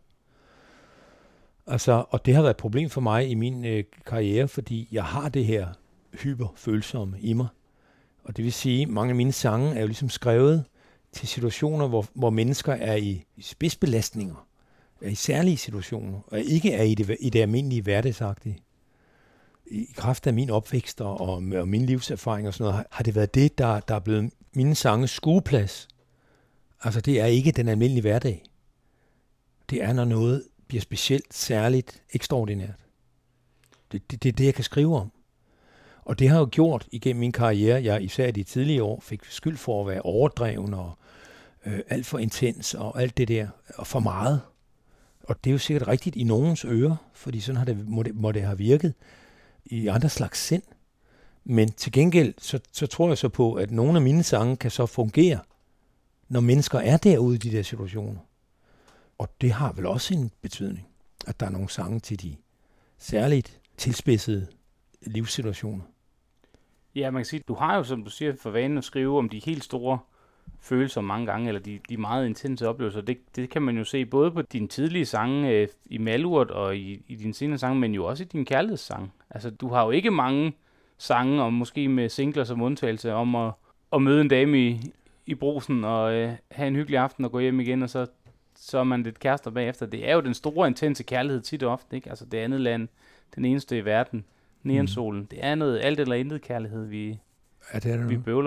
Altså, og det har været et problem for mig i min øh, karriere, fordi jeg har det her hyperfølsomme i mig. Og det vil sige, at mange af mine sange er jo ligesom skrevet til situationer, hvor, hvor mennesker er i, i spidsbelastninger, er i særlige situationer, og ikke er i det, i det almindelige hverdagsagtige. I kraft af min opvækst og, og, og min livserfaring og sådan noget, har, har det været det, der, der er blevet mine sange skueplads. Altså, det er ikke den almindelige hverdag. Det er, når noget bliver specielt, særligt, ekstraordinært. Det, det, det er det, jeg kan skrive om. Og det har jo gjort igennem min karriere, jeg især i de tidlige år fik skyld for at være overdreven og øh, alt for intens og alt det der, og for meget. Og det er jo sikkert rigtigt i nogens ører, fordi sådan har det, må, det, må det have virket i andre slags sind. Men til gengæld, så, så tror jeg så på, at nogle af mine sange kan så fungere, når mennesker er derude i de der situationer. Og det har vel også en betydning, at der er nogle sange til de særligt tilspidsede livssituationer. Ja, man kan sige, du har jo, som du siger, for vanen at skrive om de helt store følelser mange gange, eller de, de meget intense oplevelser. Det, det kan man jo se både på dine tidlige sange øh, i Malurt og i, i dine senere sange, men jo også i din kærlighedssange. Altså, du har jo ikke mange sange, og måske med singler som undtagelse, om at, at møde en dame i, i brusen og øh, have en hyggelig aften og gå hjem igen, og så, så er man lidt kærester bagefter. Det er jo den store, intense kærlighed tit og ofte, ikke? Altså, det andet land, den eneste i verden, neonsolen. Mm. Det er noget alt eller intet kærlighed, vi, Ja, det er det vi bøvler med.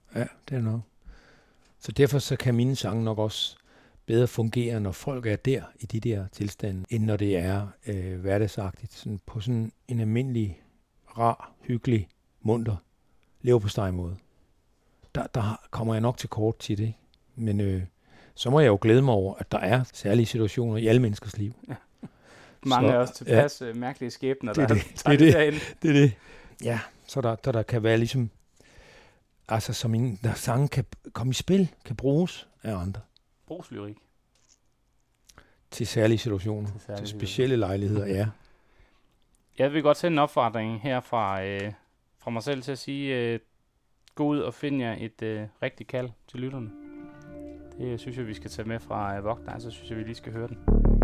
Ja, det er nok. Så derfor så kan mine sange nok også bedre fungere, når folk er der i de der tilstande, end når det er øh, hverdagsagtigt. Sådan på sådan en almindelig, rar, hyggelig, munter, leverpostej måde. Der, der kommer jeg nok til kort til det, ikke? Men øh, så må jeg jo glæde mig over, at der er særlige situationer i alle menneskers liv. Ja. Mange så, er også tilpas ja, mærkelige skæbner, det er der det, tager det, det, det, det er det. Ja, så der, der, der kan være ligesom, altså som en, der sange kan komme i spil, kan bruges af andre. Brugslyrik. Til særlige situationer, Til, særlige til specielle lejligheder, ja. Jeg vil godt sende en opfordring her fra, øh, fra mig selv til at sige, øh, gå ud og find jer et øh, rigtigt kald til lytterne. Det synes jeg, vi skal tage med fra øh, Vogter, så synes jeg, vi lige skal høre den.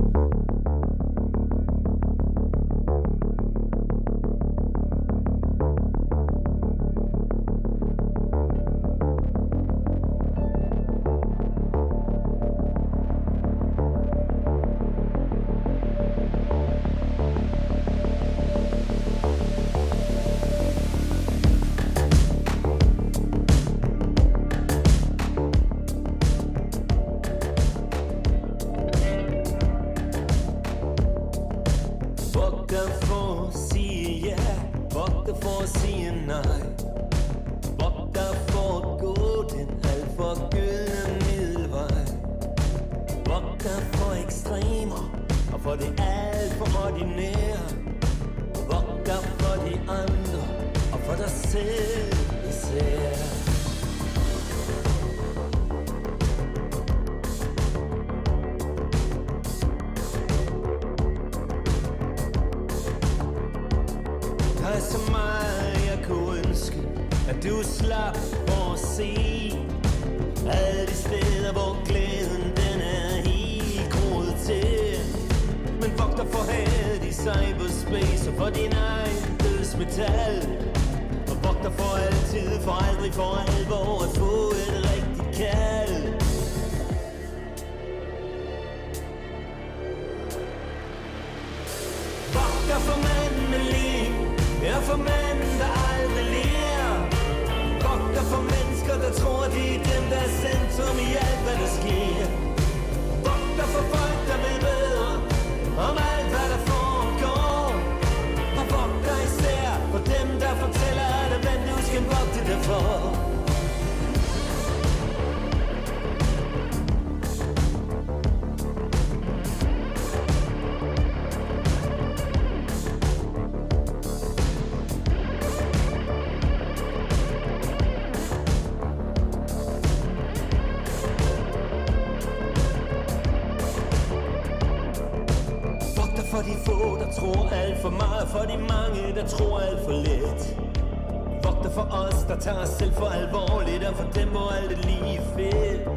For de få, der tror alt for meget, for de mange, der tror alt for lidt. Vogter for os, der tager os selv for alvorligt, og for dem hvor alt er lige fedt.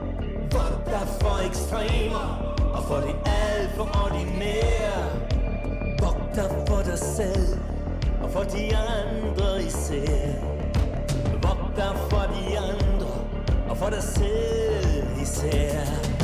Vogter for ekstremer, og for det alt for ordinære. Vogter for dig selv, og for de andre især. Vogter for de andre, og for dig selv især.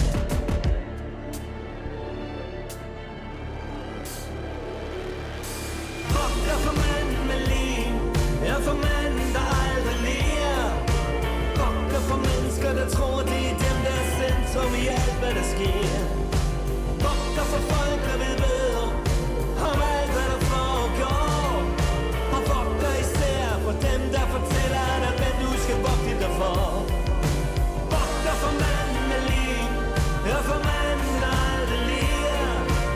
Ja, for manden, der aldrig lærer. Vogter for mennesker, der tror, det er dem, der er centrum i alt, hvad der sker. Vogter for folk, der ved bedre om alt, hvad der foregår. Og vogter især for dem, der fortæller dig, hvad du skal vogte dig for. Vogter for manden med liv. Ja, for manden, der aldrig lærer.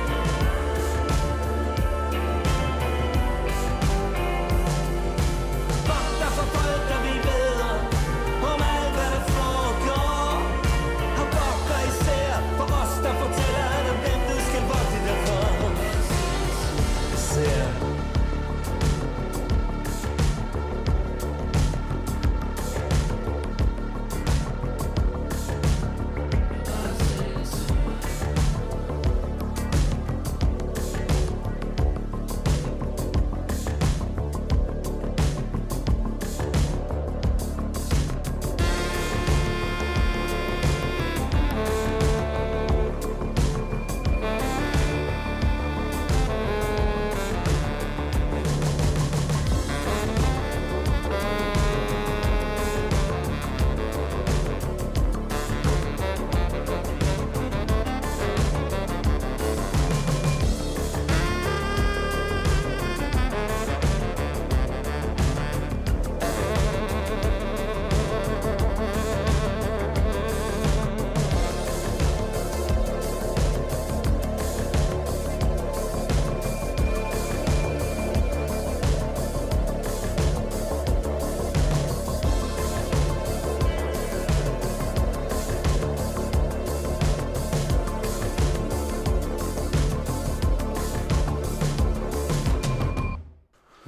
For folk, der ved bedre om alt, hvad der foregår. Og vogter især for os, der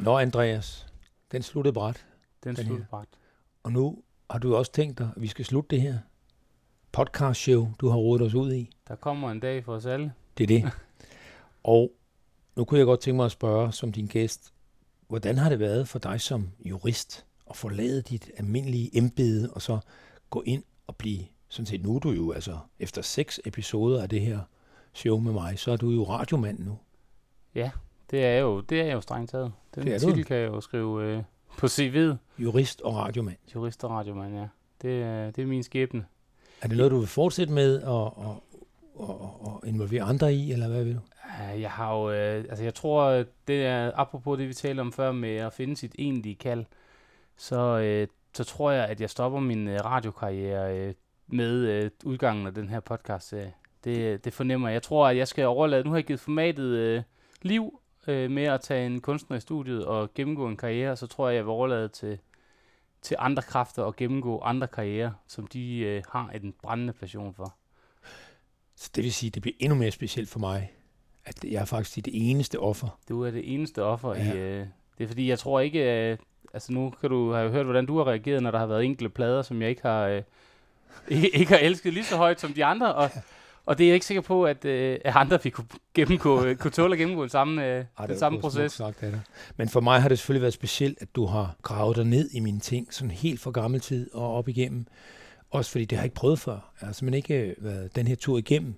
Nå, Andreas, den sluttede bræt. Den, den sluttede bræt. Og nu har du også tænkt dig, at vi skal slutte det her podcast show, du har rodet os ud i. Der kommer en dag for os alle. Det er det. Og nu kunne jeg godt tænke mig at spørge som din gæst, hvordan har det været for dig som jurist at forlade dit almindelige embede og så gå ind og blive, sådan set nu er du jo altså efter seks episoder af det her show med mig, så er du jo radiomand nu. Ja, det er jo, det er jeg jo strengt taget. Den Det er titel du. kan jeg jo skrive øh, på C V'et. Jurist og radiomand. Jurist og radiomand, ja. Det er, det er min skæbne. Er det noget, du vil fortsætte med at, at, at, at involvere andre i, eller hvad vil du? Uh, Jeg har jo, øh, altså jeg tror, det er apropos det, vi talte om før med at finde sit egentlige kald, så, øh, så tror jeg, at jeg stopper min øh, radiokarriere øh, med øh, udgangen af den her podcast-serie. Det, det fornemmer jeg. Jeg tror, at jeg skal overlade, nu har jeg givet formatet øh, liv øh, med at tage en kunstner i studiet og gennemgå en karriere, så tror jeg, jeg vil overlade til, til andre kræfter og gennemgå andre karrierer, som de øh, har en brændende passion for. Så det vil sige, at det bliver endnu mere specielt for mig, at jeg er faktisk det eneste offer. Du er det eneste offer Ja. i... Øh, det er fordi, jeg tror ikke... Øh, altså nu kan du have hørt, hvordan du har reageret, når der har været enkelte plader, som jeg ikke har, øh, ikke, ikke har elsket lige så højt som de andre. Og, og det er jeg ikke sikker på, at, øh, at andre vi kunne, gennemgå, øh, kunne tåle at gennemgå den samme, øh, Ej, den samme proces. Sagt af dig. Men for mig har det selvfølgelig været specielt, at du har gravet dig ned i mine ting, sådan helt fra gammel tid og op igennem. Også fordi det har jeg ikke prøvet før. Jeg har simpelthen ikke været den her tur igennem.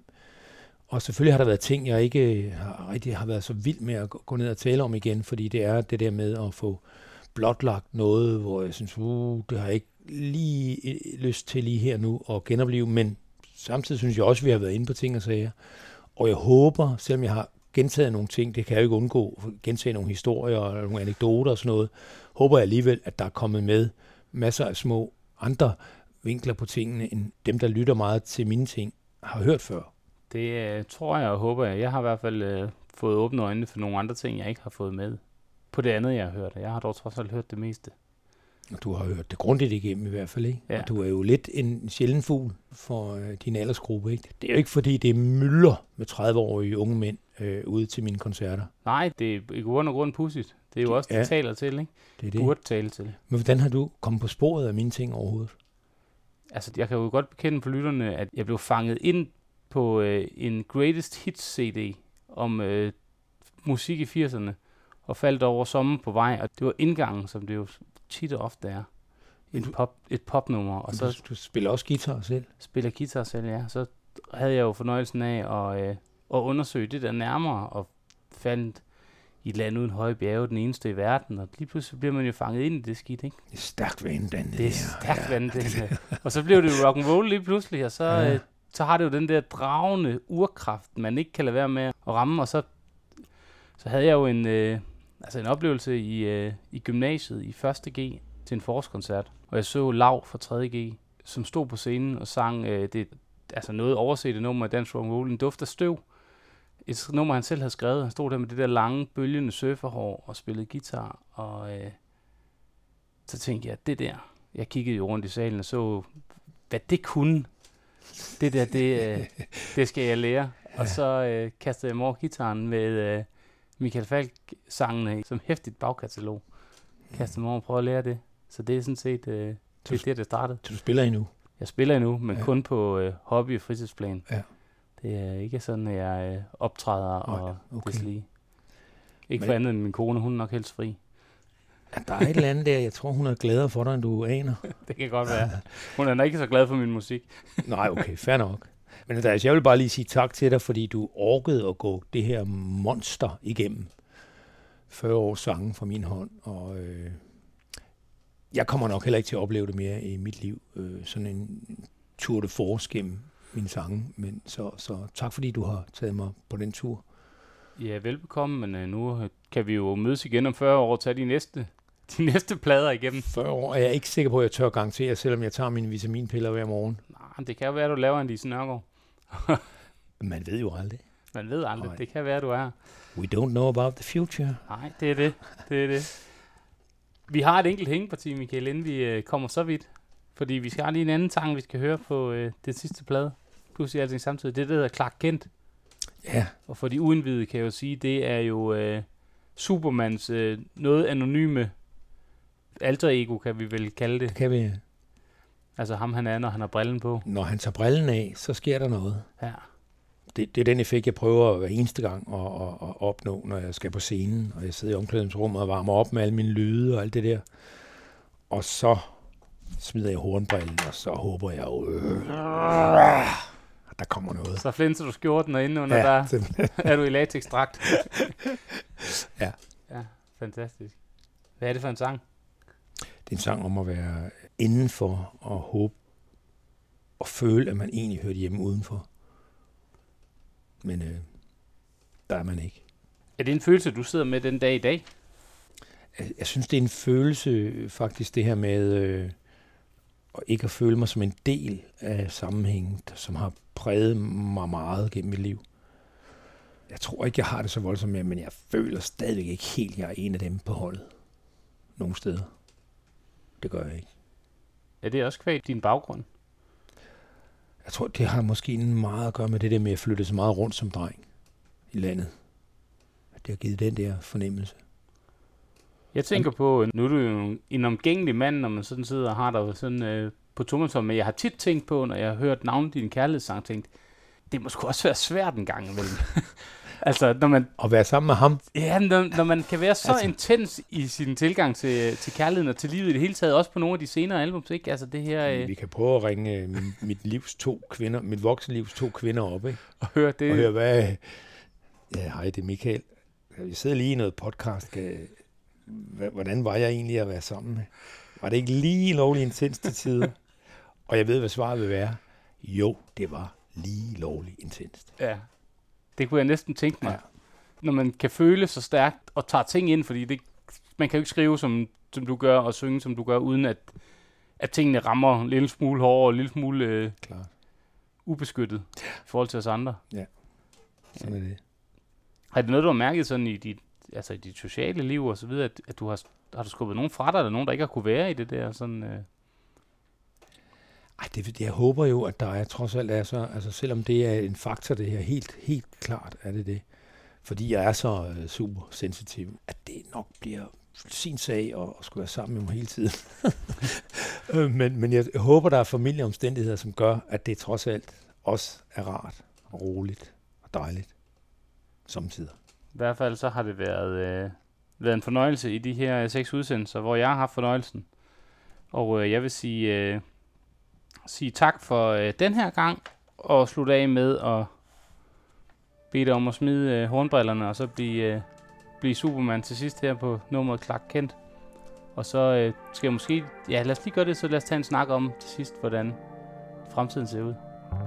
Og selvfølgelig har der været ting, jeg ikke har, rigtig har været så vild med at gå ned og tale om igen, fordi det er det der med at få blotlagt noget, hvor jeg synes, uh, det har jeg ikke lige lyst til lige her nu at genopleve, men samtidig synes jeg også, at vi har været inde på ting og sager. Og jeg håber, selvom jeg har gentaget nogle ting, det kan jeg jo ikke undgå, gentage nogle historier og nogle anekdoter og sådan noget, håber jeg alligevel, at der er kommet med masser af små andre vinkler på tingene, end dem, der lytter meget til mine ting, har hørt før. Det øh, tror jeg og håber jeg. Jeg har i hvert fald øh, fået åbne øjnene for nogle andre ting, jeg ikke har fået med på det andet, jeg har hørt. Jeg har dog trods alt hørt det meste. Og du har hørt det grundigt igennem i hvert fald, ikke? Ja. Og du er jo lidt en sjælden fugl for øh, din aldersgruppe, ikke? Det er jo ikke fordi, det er mylder med tredive-årige unge mænd øh, ude til mine koncerter. Nej, det er i grund og grund pudsigt. Det er jo også, det Ja. taler til, ikke? Det er det. Burde tale til. Men hvordan har du kommet på sporet af mine ting overhovedet? Altså, jeg kan jo godt bekende for lytterne, at jeg blev fanget ind på øh, en Greatest Hits C D om øh, musik i firserne, og faldt over Sommer på vej, og det var indgangen, som det jo tit og ofte er. Et, Du- pop, et popnummer, og Og så du, du spiller også guitar selv? spiller guitar selv, ja. Så havde jeg jo fornøjelsen af at, øh, at undersøge det der nærmere, og fandt i et land uden høje bjerge, den eneste i verden, og lige pludselig bliver man jo fanget ind i det skidt, ikke? Det er stærkt vanddannet. Det er her. stærkt vandet. Og så blev det jo rock and roll lige pludselig, og så, Ja. øh, så har det jo den der dragende urkraft, man ikke kan lade være med at ramme, og så, så havde jeg jo en, øh, altså en oplevelse i, øh, i gymnasiet i første G til en forårskoncert, og jeg så Lav fra tredje G, som stod på scenen og sang øh, det, altså noget overset nummer af Dance Rock and Roll, En duft af støv. Et nummer, han selv havde skrevet. Han stod der med det der lange, bølgende surferhår og spillede guitar, og øh, så tænkte jeg, det der, jeg kiggede jo rundt i salen og så, hvad det kunne. Det der, det, øh, det skal jeg lære. Ja. Og så øh, kastede jeg mig over guitaren med øh, Michael Falch-sangene som hæftigt bagkatalog. Kastede mig over og prøvede at lære det. Så det er sådan set, øh, det er det, det startede. Så du spiller endnu? Jeg spiller endnu, men Ja. kun på øh, hobby- og fritidsplan. Ja. Det er ikke sådan, at jeg øh, optræder og okay. deslige. Ikke Men- for andet end min kone, hun er nok helst fri. Ja, der er et eller andet der, jeg tror, hun er gladere for dig, end du aner. Det kan godt være. Hun er nok ikke så glad for min musik. Nej, okay, fair nok. Men Andreas, jeg vil bare lige sige tak til dig, fordi du orkede at gå det her monster igennem. fyrre års sange fra min hånd, og øh, jeg kommer nok heller ikke til at opleve det mere i mit liv. Øh, sådan en tour de force gennem mine sange. Men så, så tak, fordi du har taget mig på den tur. Ja, velbekomme, men øh, nu kan vi jo mødes igen om fyrre år og tage de næste, de næste plader igennem. fyrre år er jeg ikke sikker på, at jeg tør garantere, selvom jeg tager mine vitaminpiller hver morgen. Nej, det kan jo være, at du laver en Lise Nørgaard. Man ved jo aldrig. Man ved aldrig. Nej. Det kan være, at du er. We don't know about the future. Nej, det er det. Det er det. Vi har et enkelt hængeparti, Michael, inden vi øh, kommer så vidt. Fordi vi skal have lige en anden sang, vi skal høre på øh, den sidste plade. Du siger alting samtidig. Det, der hedder Clark Kent. Ja, Og for de uindvidede kan jeg jo sige, det er jo øh, Supermans øh, noget anonyme alter ego, kan vi vel kalde det. Det kan vi. Altså ham han er, når han har brillen på. Når han tager brillen af, så sker der noget. Ja. Det, det er den effekt, jeg prøver hver eneste gang at, at, at opnå, når jeg skal på scenen, og jeg sidder i omklædningsrummet og varmer op med alle mine lyde og alt det der. Og så smider jeg hornbrillen, og så håber jeg jo, øh, at der kommer noget. Så flinser du skjorten, og indenunder Ja, der simpelthen. er du i latexdragt. Ja. Ja, fantastisk. Hvad er det for en sang? Det er en sang om at være indenfor og håbe og føle, at man egentlig hørte hjemme udenfor. Men øh, der er man ikke. Er det en følelse, du sidder med den dag i dag? Jeg, jeg synes, det er en følelse, faktisk, det her med øh, at ikke at føle mig som en del af sammenhængen, som har præget mig meget gennem mit liv. Jeg tror ikke, jeg har det så voldsomt med, men jeg føler stadigvæk ikke helt, at jeg er en af dem på holdet. Nogle steder. Det gør jeg ikke. Er det også kvæg din baggrund? Jeg tror, det har måske meget at gøre med det der med at flytte så meget rundt som dreng i landet. Det har givet den der fornemmelse. Jeg tænker på, nu er du jo en omgængelig mand, når man sådan sidder og har dig sådan øh, på tommeltomme, men jeg har tit tænkt på, når jeg har hørt navnet din kærlighedssang, tænkt, det må sgu også være svært en gang imellem. Altså, når man... At være sammen med ham. Ja, når, når man kan være så altså, intens i sin tilgang til, til kærligheden og til livet i det hele taget, også på nogle af de senere albums, ikke? Altså det her... Øh... Vi kan prøve at ringe øh, min, mit livs to kvinder, mit voksenlivs to kvinder op, ikke? Og høre det... Og høre, hvad... Ja, hej, det er Michael. Vi sidder lige i noget podcast. Skal... Hvordan var jeg egentlig at være sammen med? Var det ikke lige lovligt intens til tider? Og jeg ved, hvad svaret vil være. Jo, det var lige lovligt intenst. Ja, det kunne jeg næsten tænke mig. Ja. Når man kan føle så stærkt og tager ting ind, fordi det, man kan jo ikke skrive, som, som du gør, og synge, som du gør, uden at, at tingene rammer en lille smule hårdere og en lille smule øh, Klart. ubeskyttet i forhold til os andre. Ja, sådan er det. Har det noget, du har mærket sådan i dit, altså i dit sociale liv og så videre, at, at du har, har du skubbet nogen fra dig, eller nogen, der ikke har kunne være i det der sådan... Øh... Ej, det, jeg håber jo, at der er trods alt er så, altså selvom det er en faktor, det her, helt, helt klart er det det, fordi jeg er så uh, super sensitiv, at det nok bliver sin sag at, at skulle være sammen med mig hele tiden. men, men jeg håber, der er familieomstændigheder, som gør, at det trods alt også er rart og roligt og dejligt samtidig. I hvert fald så har det været, øh, været en fornøjelse i de her seks udsendelser, hvor jeg har haft fornøjelsen. Og øh, jeg vil sige... Øh, sige tak for øh, den her gang, og slutte af med at bede dig om at smide øh, hornbrillerne, og så blive, øh, blive Superman til sidst her på nummeret Clark Kent. Og så øh, skal jeg måske, ja lad os lige gøre det, så lad os tage en snak om til sidst, hvordan fremtiden ser ud.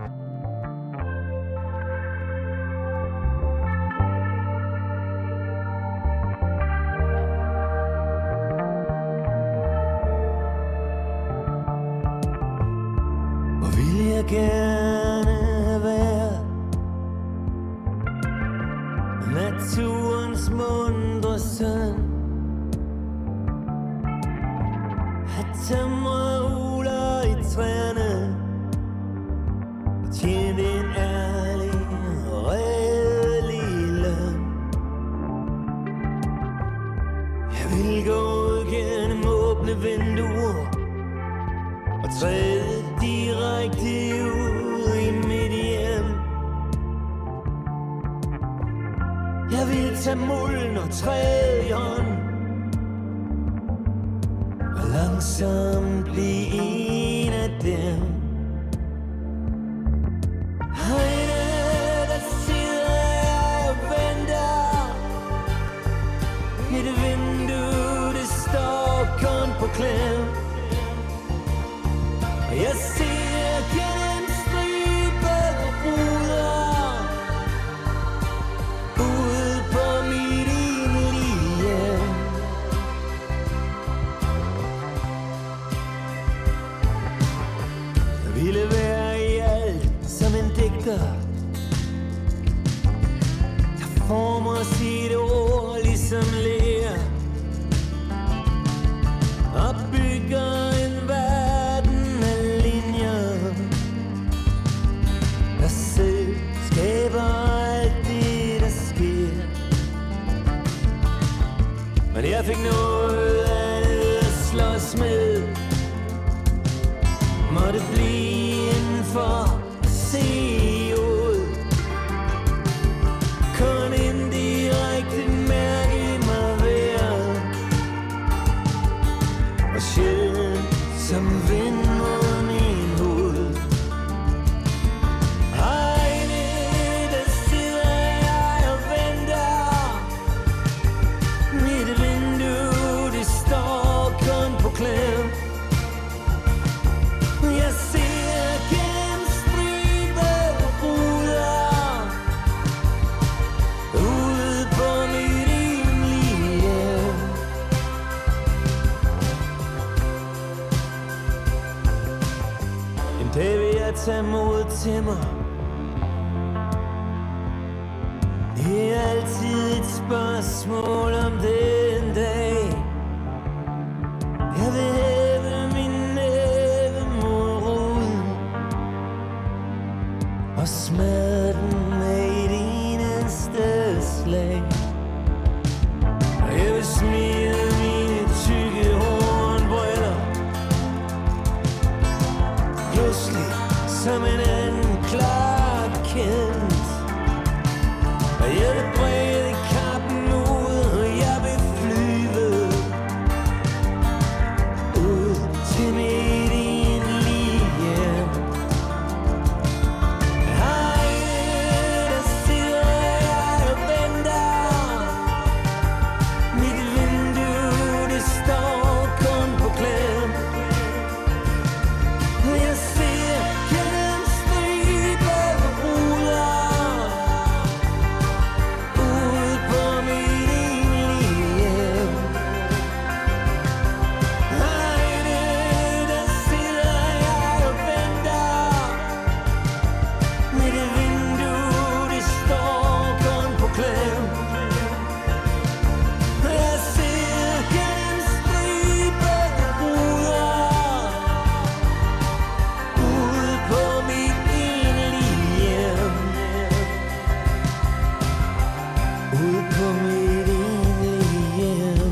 Gerne være naturens mundre søn, at tømre uler i træerne, tjene en ærlig og redelig løn. Jeg vil gå ud gennem åbne vinduer og træde direkte ud i mit hjem. Jeg vil tage mulden og træde i hånd og langsomt blive en af dem. Herinde, der sidder jeg og venter. Mit vindue, det står kun på klem. Jeg ser gennem stribede ruder ude på mit egentlige hjem. Jeg ville være i alt som en digter, der former sit ord ligesom ler og bygger en verden af linjer, der selv skaber alt det, der sker. fik noget andet at slås med. Måtte blive indenfor at se ud. Kun indirekte mærke mig værd. Og sjældent som vind mod min hoved. Ejne, der sidder jeg og venter. Mit vindue, det står kun på klem. Jeg ser gennem stribe ruder ude på mit enlige hjem. En dag vil jeg tage mod til mig. Det er altid et spørgsmål om den dag. Jeg vil hæve min næve mod ruden og smadre den med et eneste slag. Og jeg vil smide mine tykke hornbriller pludselig som en anden Clark Kent. Og jeg vil brede kappen ud, og jeg vil flyve ud til mit enlige hjem. Hej, der sidder jeg og venter. Mit vindue, det står kun på klem. Jeg ser gennem stribe ruder ude på mit enlige hjem. Hejde, der sidder jeg og venter. Mit vindue, det står kun på klem. Jeg ser gennem stribe ruder ude på mit enlige hjem. Ude på mit enlige hjem.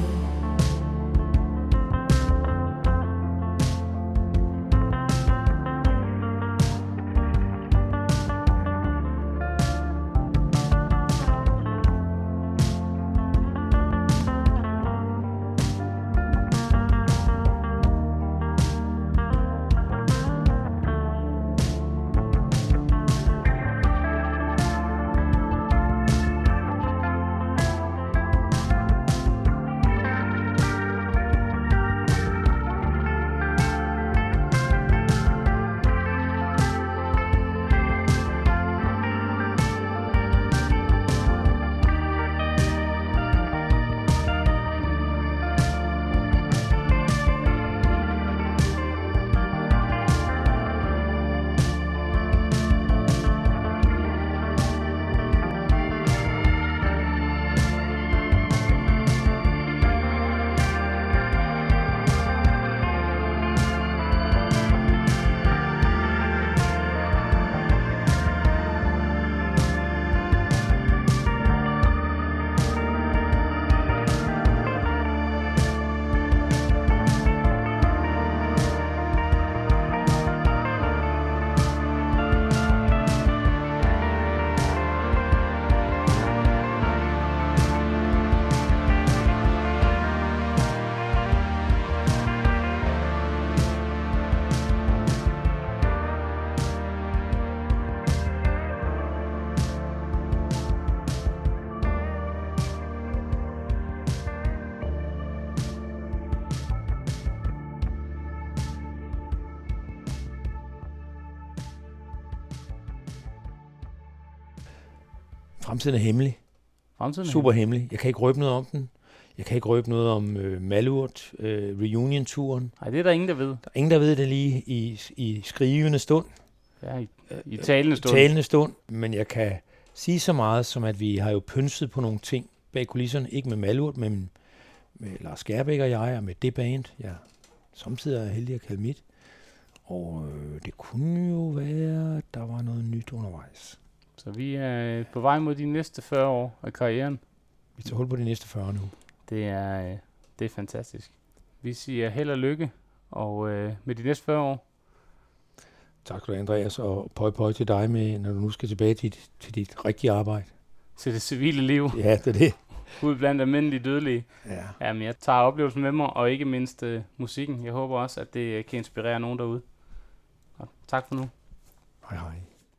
Fremtiden er hemmelig. Fremtiden er Super hemmelig. Jeg kan ikke røbe noget om den. Jeg kan ikke røbe noget om øh, Malurt, øh, reunion-turen. Nej, det er der ingen, der ved. Der er ingen, der ved det lige i, i skrivende stund. Ja, i, i talende stund. talende stund. Men jeg kan sige så meget, som at vi har jo pynset på nogle ting bag kulisserne. Ikke med Malurt, men med Lars Skærbæk og jeg, og med det band. Jeg samtidig er heldig at kalde mit. Og øh, det kunne jo være, at der var noget nyt undervejs. Så vi er på vej mod de næste fyrre år af karrieren. Vi tager hul på de næste fyrre nu. Det er øh, Det er fantastisk. Vi siger held og lykke, og øh, med de næste fyrre år. Tak skal du have, Andreas, og pøj pøj til dig, med, når du nu skal tilbage til, til dit rigtige arbejde. Til det civile liv. Ja, det er det. Ud blandt almindelige dødelige. Ja. Jamen, jeg tager oplevelsen med mig, og ikke mindst øh, musikken. Jeg håber også, at det kan inspirere nogen derude. Og tak for nu. Hej hej.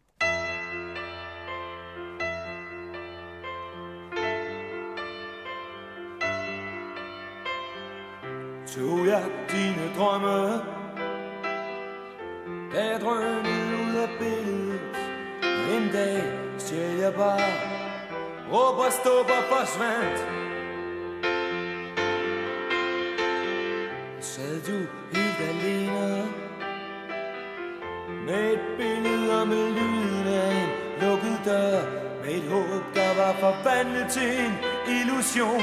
Tog jeg dine drømme, da jeg drønede ud af billedet. En dag stjal jeg bare, råber stupper forsvandt. Sad du helt alene, med et billede og med lyden af en lukket dør, med et håb, der var forvandlet til en illusion.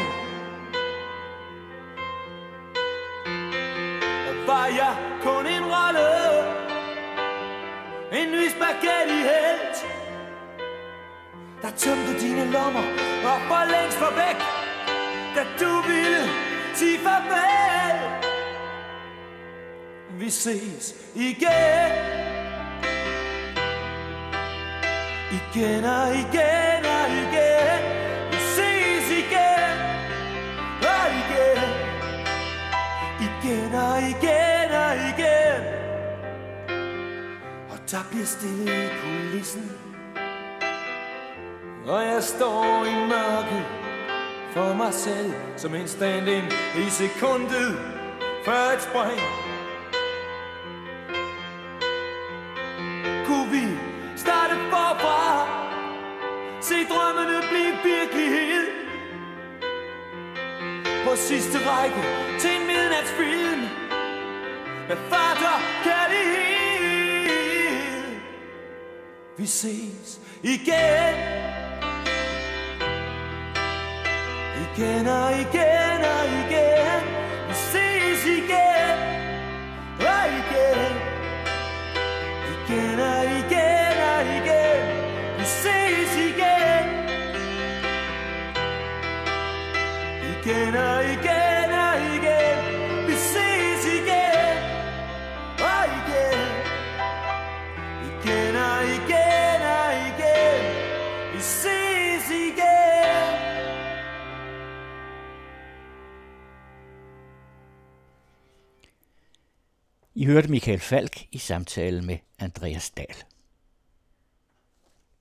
Var jeg kun en rolle, en ny spaghetti-helt, der tømte dine lommer og for længst var væk, da du ville sige farvel. Vi ses igen, igen og igen og igen. Vi ses igen og igen, igen og igen og igen. Og der bliver stille i kulissen, og jeg står i mørket for mig selv, som en stand-in i sekundet før et spring. Kunne vi starte forfra, se drømmene blive virkelighed, på sidste række til en midnatsfilm med fart og kærlighed. Vi ses igen, igen og igen og igen. Vi ses igen og igen, igen og igen og igen. Vi ses igen, igen og igen og igen. Vi ses igen og igen, igen og igen og igen. Vi ses igen. I hørte Michael Falch i samtale med Andreas Dahl.